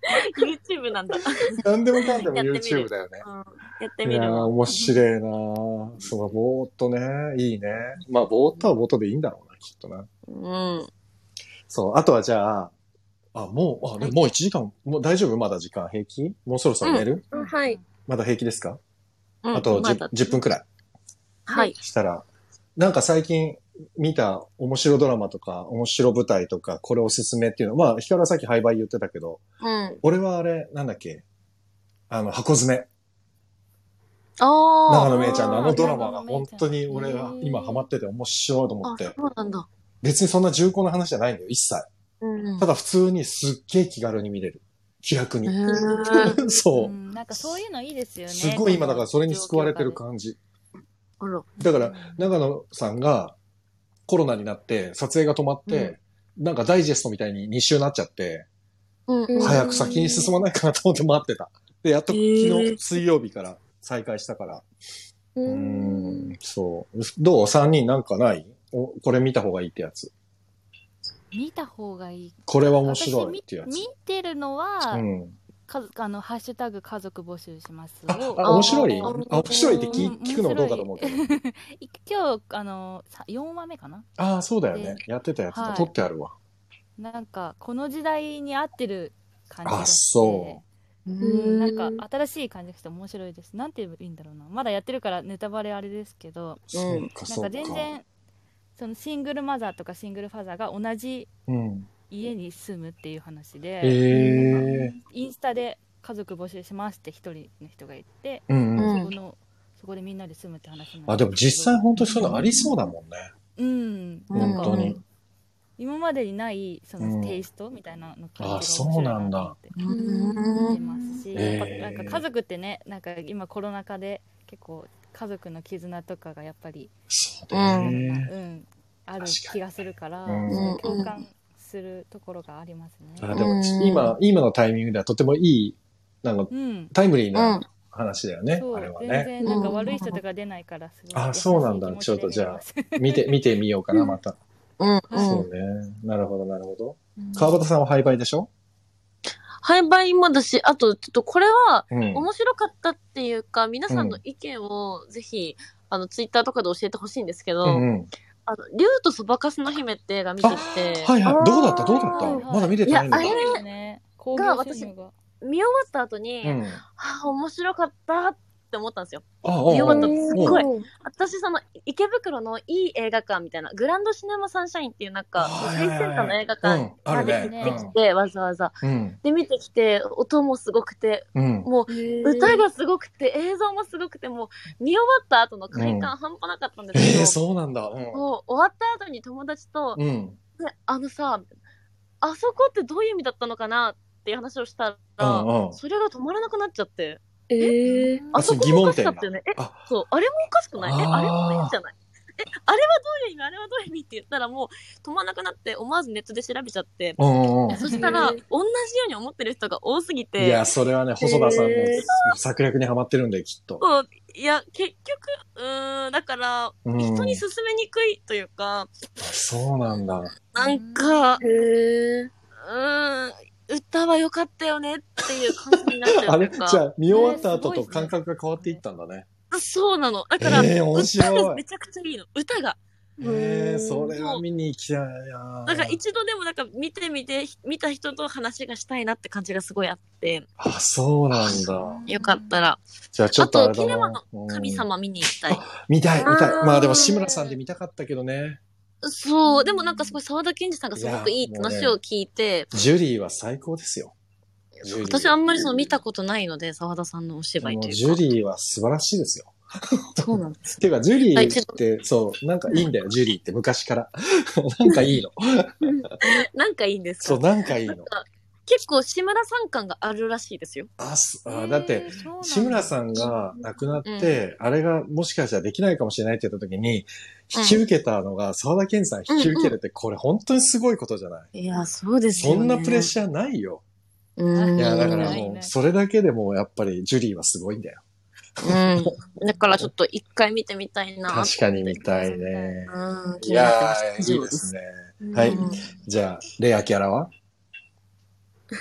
YouTube なんだ。 何でもかんでも YouTube だよね。 やってみる。いやー、面白いなぁ。そう、ぼーっとね、いいね。まあ、ぼーっとはぼーっとでいいんだろうな、きっとな。 うん。 そう、あとはじゃあ、あ、もう、あ、でももういちじかん、もう大丈夫まだ時間平気もうそろそろ寝る、 うん、はい。 まだ平気ですか、 うん、 あと 10,、 ま、 じゅっぷんくらい。 はい。 したら、なんか最近見た面白ドラマとか、面白舞台とか、これおすすめっていうの。まあ、ヒカルはさっき廃売言ってたけど、 うん。 俺はあれ、なんだっけ、あの、箱詰め。 ああ。 長野めいちゃんのあのドラマが本当に俺は今ハマってて面白いと思って。 あ、そうなんだ。 別にそんな重厚な話じゃないんだよ、一切。うん、ただ普通にすっげえ気軽に見れる。気楽に。そう、うん。 なんかそういうのいいですよね。 すごい今だからそれに救われてる感じ。 あら。 だから、長野さんがコロナになって撮影が止まって、うん、なんかダイジェストみたいにに週になっちゃって、うん、早く先に進まないかなと思って待ってた。で、やっと昨日水曜日から再開したから。うーん、そう。どう ?さん 人なんかないおこれ見た方がいいってやつ。 見た方がいい。 これは面白いってやつ。 見てるのは、うん、かあの、ハッシュタグ家族募集しますあ、あ面白いあ、面白いって聞、聞くのもどうかと思うけど。 今日、あの、よんわめかなああ、そうだよね。やってたやつだ。はい、撮ってあるわ。 なんか、この時代に合ってる感じがして。 あ、そう。 うんなんか新しい感じがして面白いです。なんて言えばいいんだろうな。まだやってるからネタバレあれですけど、 そうかなんか全然そのシングルマザーとかシングルファザーが同じ家に住むっていう話で、うん、インスタで家族募集しますって一人の人が言って、うんうん、そこのそこでみんなで住むって話なんですけど。 あ、でも実際本当にそういうのありそうだもんね。 うん、 本当に。 今までにないそのテイストみたいなの感じが面白いなと思って見てますし、やっぱなんか家族ってね、なんか今コロナ禍で結構家族の絆とかがやっぱりそうだね、 うん、ある気がするから、うん、共感するところがありますね。 あでも今今のタイミングではとてもいいなんか、うん、タイムリーな話だよね、うん、あれはね。 全然なんか悪い人とか出ないからすごい。 あ、そうなんだ。ちょっとじゃあ見て見てみようかなまた。うん、そうね。なるほど、なるほど。川端さんは廃売でしょ？ 廃売もだし、あと、ちょっとこれは、面白かったっていうか、うん、皆さんの意見をぜひ、あの、ツイッターとかで教えてほしいんですけど、うんうん、あの、竜とそばかすの姫って映画見てきて。 はいはい。どうだったどうだったまだ見てないんだ。 いや、あれが私、見終わった後に、うん、はあ、面白かったって思ったんですよ。見終わったってすっごい。私、その、池袋のいい映画館みたいな、グランドシネマサンシャインっていうなんか、最先端の映画館まで行ってきて、わざわざ。で、見てきて、音もすごくて、もう、歌がすごくて、映像もすごくて、もう、見終わった後の快感半端なかったんですけど、 えー、そうなんだ。もう終わった後に友達と、あのさ、あそこってどういう意味だったのかなっていう話をしたら、それが止まらなくなっちゃって。ええー、あそこもおかしかったよね。え、そう、あれもおかしくない？え、あれもいいんじゃない？え、あれはどういう意味？あれはどういう意味って言ったらもう止まらなくなって思わずネットで調べちゃって、そしたら同じように思ってる人が多すぎて。 いや、それはね、細田さんの策略にはまってるんで、きっと。 そう、いや、結局、うーん、だから、人に勧めにくいというか。 そうなんだ。 なんか、へー、うーん。歌は良かったよねっていう感じになっちゃう。 あれじゃあ、見終わった後と感覚が変わっていったんだね。 そうなの。だから、 えー、面白い。 歌がめちゃくちゃいいの。歌が。 へえー、それは見に行きたいな。 なんか一度でもなんか見てみて、見た人と話がしたいなって感じがすごいあって。 あ、そうなんだ。 よかったら。 じゃあちょっとあれだな。 あと、キネマの神様見に行きたい。 見たい、見たい。まあでも志村さんで見たかったけどね。 そう。でもなんかすごい沢田研二さんがすごくいいって話を聞いて。 ね、ジュリーは最高ですよ。 私あんまりその見たことないので、沢田さんのお芝居というか。 ジュリーは素晴らしいですよ。 そうなんです。 ていうか、ジュリーって、そう、なんかいいんだよ、ジュリーって昔から。なんかいいの。 なんかいいんですか？ そう、なんかいいの。 結構志村さん感があるらしいですよ。 あ、あだって、志村さんが亡くなって、うん、あれがもしかしたらできないかもしれないって言った時に、引き受けたのが沢田研さん引き受けるって、これ本当にすごいことじゃない？ いや、そうですよね。 そんなプレッシャーないよ。うん、いや、だからもう、それだけでもやっぱりジュリーはすごいんだよ。 うん。だからちょっと一回見てみたいな。 確かに見たいね。うん。いやー、いいですね。はい。じゃあ、レアキャラは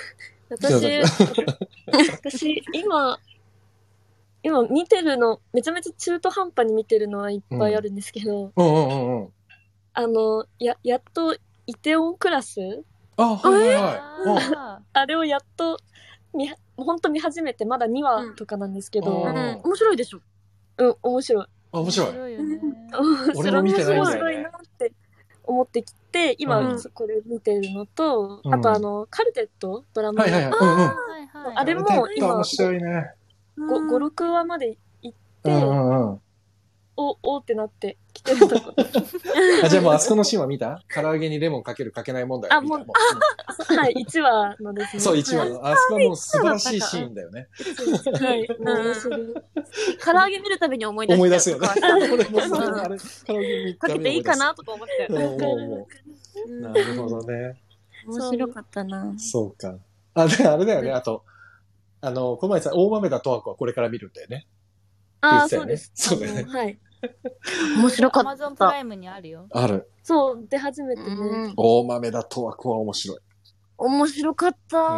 私、私、今、今見てるの、めちゃめちゃ中途半端に見てるのはいっぱいあるんですけど、 うんうんうんうん。 あの、や、やっと、イテオンクラスあ、はいはいはい。あれをやっと、見、ほんと見始めて、まだにわとかなんですけど、 うん、面白いでしょ。 うん、面白い。 あ、面白い。 面白いよね。 俺も見てないんだよね。 面白いなって思ってきて、今、うん、これ見てるのと、うん、あとあの、カルテットドラマ。 はいはいはい。うんうん、 あれも今、 面白いね。 ご、ろくわまで行って、 うんうんうん、 お、おってなってきてるとこ。 あ、じゃあもうあそこのシーンは見た？唐揚げにレモンかけるかけない問題は見た？あ、もう、 あ、はい、いちわのですね。 そう、いちわの。あそこはもう素晴らしいシーンだよね。 はい。唐揚げ見るたびに思い出す。 思い出すよね。俺もそう、あれ、唐揚げ見かけていいかなとか思って。 なるほどね。 面白かったな。 そうか。あ、で、あれだよね。あと、あの、この前さ、大豆田とわ子はこれから見るんだよね。 ああ、そうです。 そうだよね。 はい。 面白かった。 アマゾンプライムにあるよ。 ある。 そう、出始めてね。 大豆田とわ子は面白い。 面白かった。うん。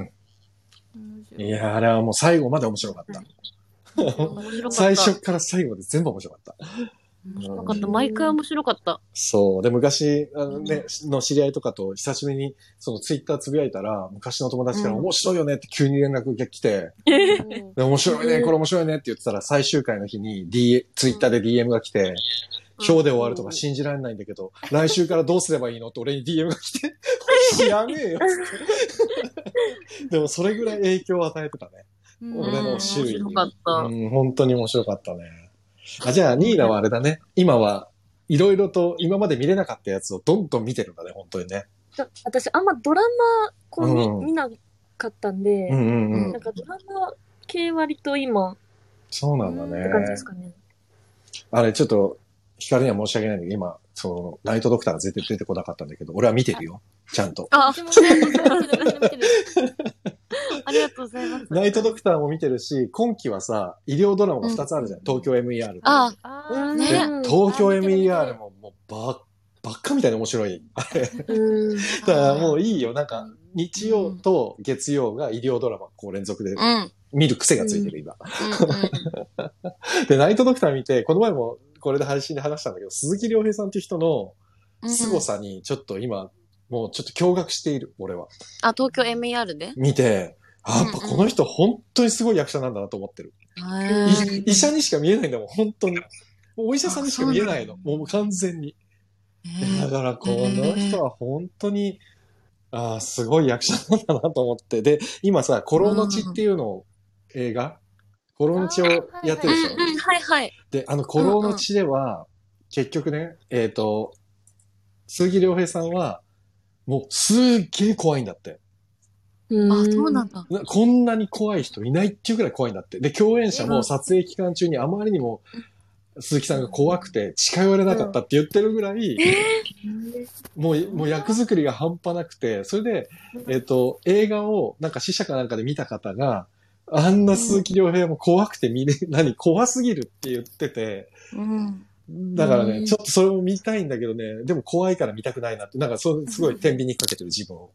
いや、あれはもう最後まで面白かった。最初から最後まで全部面白かった。 面白かった。毎回面白かった。 そう。で、昔、あのね、の知り合いとかと久しぶりに、そのツイッターつぶやいたら、昔の友達から面白いよねって急に連絡が来て、で面白いね、これ面白いねって言ってたら、最終回の日に D、ツイッターで ディーエム が来て、今日で終わるとか信じられないんだけど、来週からどうすればいいのって俺に ディーエム が来て、知らねえよって。でもそれぐらい影響を与えてたね。俺の周囲に。 面白かった。 うん、本当に面白かったね。あ、じゃあ、ニーナはあれだね。今は、いろいろと今まで見れなかったやつをどんどん見てるんだね、本当にね。 私、あんまドラマ、こう見、うん、見なかったんで、 うんうんうん、 なんかドラマ系割と今、 そうなんだね。 って感じですかね。 あれ、ちょっと、光には申し訳ないんだけど、今、その、ナイトドクターが絶対出てこなかったんだけど、俺は見てるよ。ちゃんと。 あ、ありがとうございます。 ナイトドクターも見てるし、今期はさ、医療ドラマがふたつあるじゃん。うん、東京 エムイーアール。 ああ、ね。 東京 エムイーアール ももうば、ばっかみたいに面白い。あれ。だからもういいよ。なんか、日曜と月曜が医療ドラマ、こう連続で見る癖がついてる、今。で、ナイトドクター見て、この前もこれで配信で話したんだけど、鈴木亮平さんっていう人の凄さにちょっと今、もうちょっと驚愕している、俺は。 あ、東京 エムイーアール で見て、あ、やっぱこの人本当にすごい役者なんだなと思ってる。医者にしか見えないんだもん、本当に。もうお医者さんにしか見えないの。もう完全に。だからこの人は本当に、ああ、すごい役者なんだなと思って。で、今さ、コロの血っていうのを、映画コロの血をやってるでしょ。 はいはい。 で、あのコロの血では、結局ね、えっと、鈴木亮平さんは、もうすっげえ怖いんだって。 あ、そうなんだ。 こんなに怖い人いないっていうくらい怖いんだって。で、共演者も撮影期間中にあまりにも鈴木さんが怖くて近寄れなかったって言ってるぐらい、もう、もう役作りが半端なくて、それで、えっと、映画をなんか試写かなんかで見た方が、あんな鈴木亮平も怖くて見れ、何、怖すぎるって言ってて、 うんだからね、ちょっとそれを見たいんだけどね、でも怖いから見たくないなって、なんかそう、すごい天秤にかけてる自分を。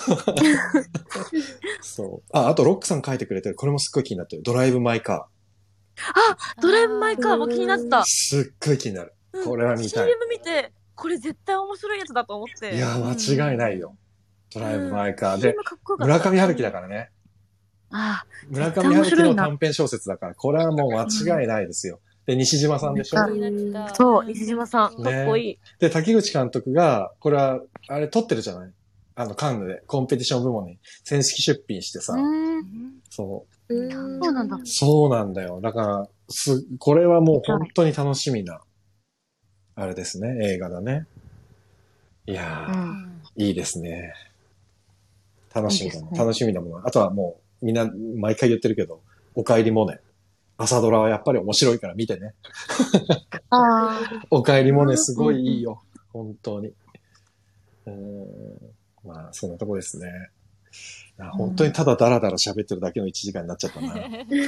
そう。あ、あとロックさん書いてくれてる。これもすっごい気になってる。ドライブ・マイ・カー。あ、ドライブ・マイ・カーも気になった。 すっごい気になる。これは見たい。 シーエム 見て、これ絶対面白いやつだと思って。 いや、間違いないよ。ドライブ・マイ・カーで。村上春樹だからね。 ああ。 村上春樹の短編小説だから、これはもう間違いないですよ。で、西島さんでしょ？ そう、西島さん。かっこいい。 で、滝口監督が、これは、あれ撮ってるじゃない？あの、カンヌで、コンペティション部門に正式出品してさ。 そう。そうなんだ。 そうなんだよ。だから、す、これはもう本当に楽しみな、あれですね、映画だね。いやー、うん、いいですね。楽しみだもん、楽しみなもの。あとはもう、みんな、毎回言ってるけど、おかえりモネ。朝ドラはやっぱり面白いから見てね。 あおかえりモネすごいいいよ。本当に。うーん、まあ、そんなとこですね。本当にただダラダラ喋ってるだけのいちじかんになっちゃったな。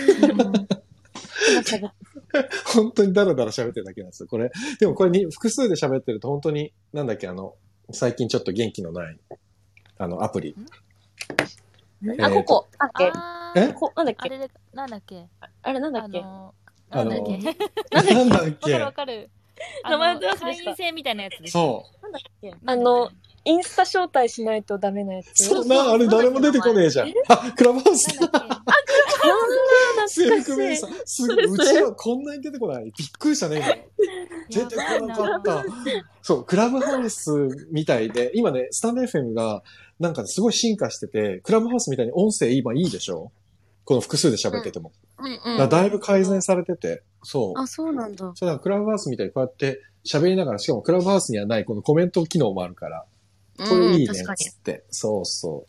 本当にダラダラ喋ってるだけなんですよ。これ、でもこれに複数で喋ってると本当に、なんだっけ、あの、最近ちょっと元気のない、あの、アプリ。 あ、ここ。あ、 えこ、なんだっけあれ、なんだっけあれなんだっけなんだっけなんだっけわかるわかる。 名前とやつでした。 会員制みたいなやつです。 そう。 なんだっけあの、インスタ招待しないとダメなやつ。 そうな、あれ誰も出てこねえじゃん。あ、クラブハウスだ。あ、クラブハウス制服名さん。すごい、うちはこんなに出てこない。びっくりしたね、今。出てこなかった。そう、クラブハウスみたいで、今ね、スタンド エフエム が、なんかすごい進化してて、クラブハウスみたいに音声今いいでしょ？この複数で喋ってても。うんうんうん、だいぶ改善されてて、そう。 あ、そうなんだ。 そうだ、クラブハウスみたいにこうやって喋りながら、しかもクラブハウスにはないこのコメント機能もあるから、これいいね、つって。そうそう。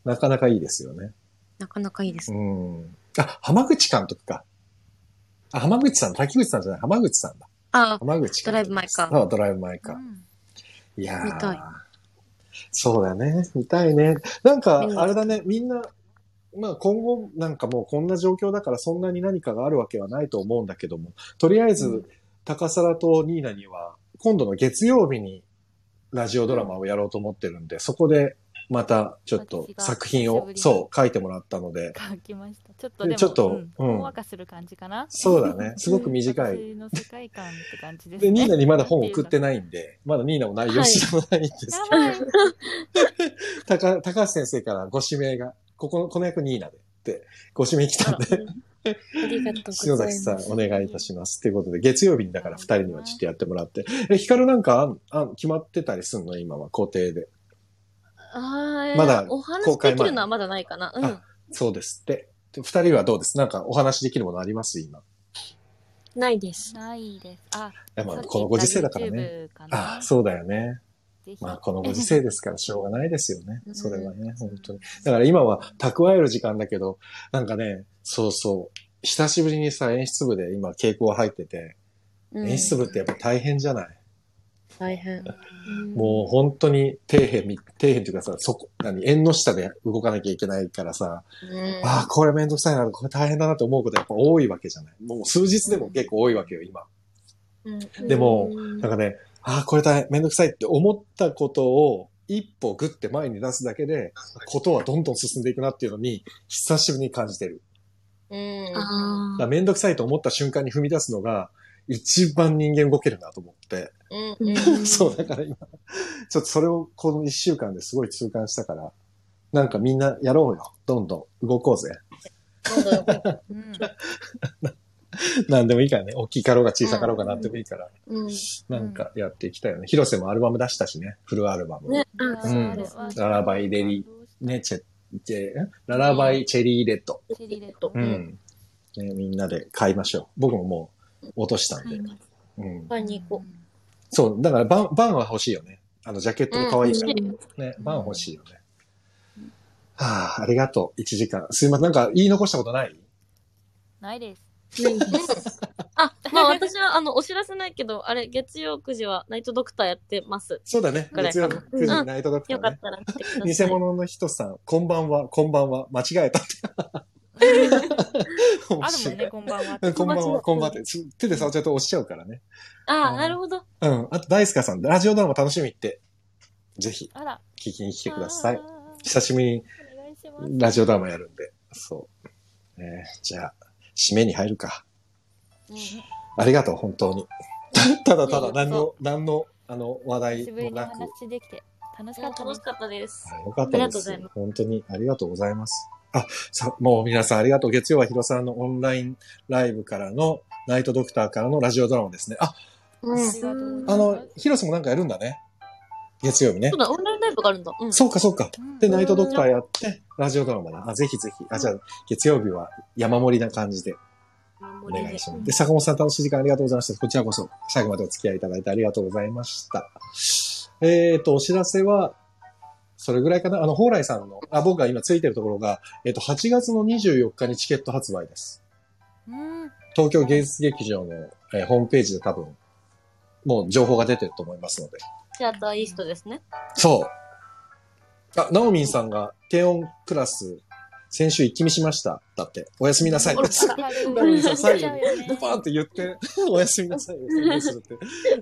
なかなかいいですよね。 なかなかいいですね。 うん。あ、浜口監督か。あ、浜口さん、滝口さんじゃない、浜口さんだ。 ああ、 浜口ドライブ前か。 あ、ドライブ前か。うん、いやー。 見たい。 そうだね。見たいね。なんか、あれだね、みんな、まあ今後なんかもうこんな状況だからそんなに何かがあるわけはないと思うんだけども、とりあえず、うん、高皿とニーナには今度の月曜日にラジオドラマをやろうと思ってるんで、そこでまたちょっと作品をそう書いてもらったので。 書きました。ちょっとでも、 ちょっと、 うん。ほんわかする感じかな。 そうだね。すごく短い。 私の世界観って感じですね。 で、ニーナにまだ本を送ってないんで、まだニーナも内容知らないんですけど。高、高橋先生からご指名が、ここの、この役ニーナでってご指名来たんで。 ありがとうございます。 篠崎さんお願いいたします。ということで、月曜日にだから二人にはちょっとやってもらって。え、ヒカルなんかあん、あん、決まってたりすんの今は、固定で。 ああ、 まだお話できるのはまだないかな。うん。 そうですって。二人はどうです？なんかお話できるものあります今。 ないです。 ないです。あ、 まあ、このご時世だからね。あ、そうだよね。まあ、このご時世ですからしょうがないですよね。それはね、本当に。だから今は蓄える時間だけど、なんかね、そうそう。久しぶりにさ、演出部で今稽古が入ってて、うん、演出部ってやっぱ大変じゃない？ 大変。 もう本当に底辺、底辺っていうかさ、そこ、何、縁の下で動かなきゃいけないからさ、うん、ああ、これめんどくさいな、これ大変だなと思うことやっぱ多いわけじゃない。もう数日でも結構多いわけよ、今。うん、でも、なんかね、ああ、これ大変、めんどくさいって思ったことを一歩グッて前に出すだけで、ことはどんどん進んでいくなっていうのに、久しぶりに感じてる。うん。だめんどくさいと思った瞬間に踏み出すのが、一番人間動けるなと思って。うん、そう、だから今、ちょっとそれをこの一週間ですごい痛感したから、なんかみんなやろうよ。どんどん動こうぜ。どんどん動こう。なんでもいいからね。大きいかろうが小さかろうがなんでもいいから。うん、なんかやっていきたいよね。広瀬もアルバム出したしね。フルアルバム。ね。うん。ララバイレリ、ね、チェ、チェ、ララバイチェリーレッド。チェリーレッド。うん。ね、みんなで買いましょう。僕ももう落としたんで。うん。 買いに行こう。 そう。だからバン、バンは欲しいよね。あの、ジャケットも可愛いから。ね、バン欲しいよね。はあ、ありがとう。いちじかん。すいません。なんか言い残したことない？ ないです。 あ、まあ私は、あの、お知らせないけど、あれ、月曜くじはナイトドクターやってます。 そうだね。月曜くじ、ナイトドクター、ね。 よかったら見てください。 偽物の人さん、こんばんは、こんばんは、間違えたって。 あるもんね、こんばんは。 こんばんは、こんばんはって。手で触っちゃうと押しちゃうからね。 ああ、なるほど。 うん。あと、大塚さん、ラジオドラマ楽しみって、ぜひ、聞きに来てください。久しぶりに、ラジオドラマやるんで。そう。えー、じゃあ、締めに入るか。うん、ありがとう、本当に。ただただ、何の、何の、あの、話題もなく。 話できて楽しかった。 楽しかったです。 よかったです。ありがとうございます。本当にありがとうございます。あ、さ、もう皆さんありがとう。月曜はヒロさんのオンラインライブからの、ナイトドクターからのラジオドラマですね。あ、うん、あの、ヒロさんもなんかやるんだね。月曜日ね。 そうだ、オンラインライブがあるんだ。 うん、そうか、そうか。で、ナイトドクターやって、ラジオドラマだ。あ、ぜひぜひ。あ、じゃあ、月曜日は山盛りな感じで。お願いします。で、坂本さん楽しい時間ありがとうございました。こちらこそ、最後までお付き合いいただいてありがとうございました。えっと、お知らせは、それぐらいかな。あの、蓬莱さんの、あ、僕が今ついてるところが、えっと、はちがつのにじゅうよっかにチケット発売です。東京芸術劇場の、えー、ホームページで多分、もう情報が出てると思いますので。 シアターイーストですね。 そう。あ、ナオミンさんが低音クラス、先週一気見しました。だって、おやすみなさい。ナオミンさん最後に、ドパーンって言って、おやすみなさい。するって。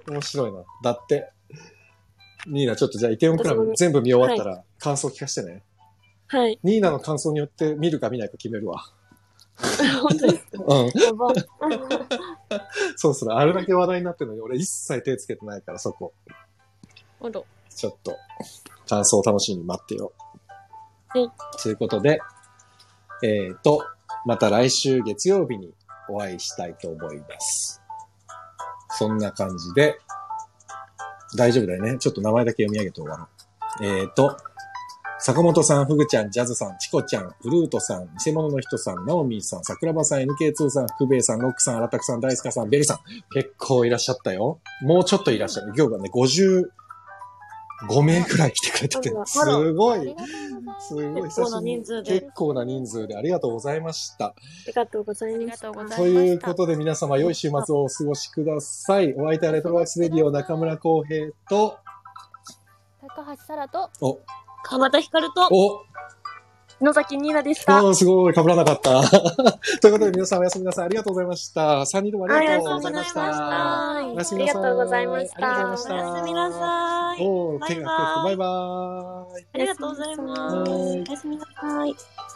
面白いな。だって。ニーナ、ちょっとじゃあイテオンクラブ全部見終わったら感想聞かせてね。 はい。 ニーナの感想によって見るか見ないか決めるわ。 本当ですか？うん。やば。 そうそう、あれだけ話題になってるのに、俺一切手つけてないから、そこ。 ほど。 ちょっと、感想を楽しみに待ってよ。 はい。 ということで、えーと、また来週月曜日にお会いしたいと思います。そんな感じで、大丈夫だよね。ちょっと名前だけ読み上げて終わろう。えーと、坂本さん、ふぐちゃん、ジャズさん、チコちゃん、フルートさん、偽物の人さん、ナオミーさん、桜庭さん、エヌケーツー さん、福兵衛さん、ロックさん、荒拓さん、大スカさん、ベルさん。結構いらっしゃったよ。もうちょっといらっしゃる。今日がね、ごじゅうごめいくらい来てくれてて、すごい。すごい。 結構な人数で。 結構な人数でありがとうございました。 ありがとうございました。 ということで皆様良い週末をお過ごしください。お相手はレトロワークスレディオ中村浩平と、 高橋沙羅と、 お、 川端ひかると、 お、 野崎ニーナでした。 おー、すごい、被らなかった。ということで皆さんおやすみなさい。ありがとうございました。さんにんともありがとうございました。 おやすみなさい。ありがとうございました。 ありがとうございました。 おやすみなさい。 おー、 バイバーイ。 バイバーイ。 ありがとうございます。おやすみなさい。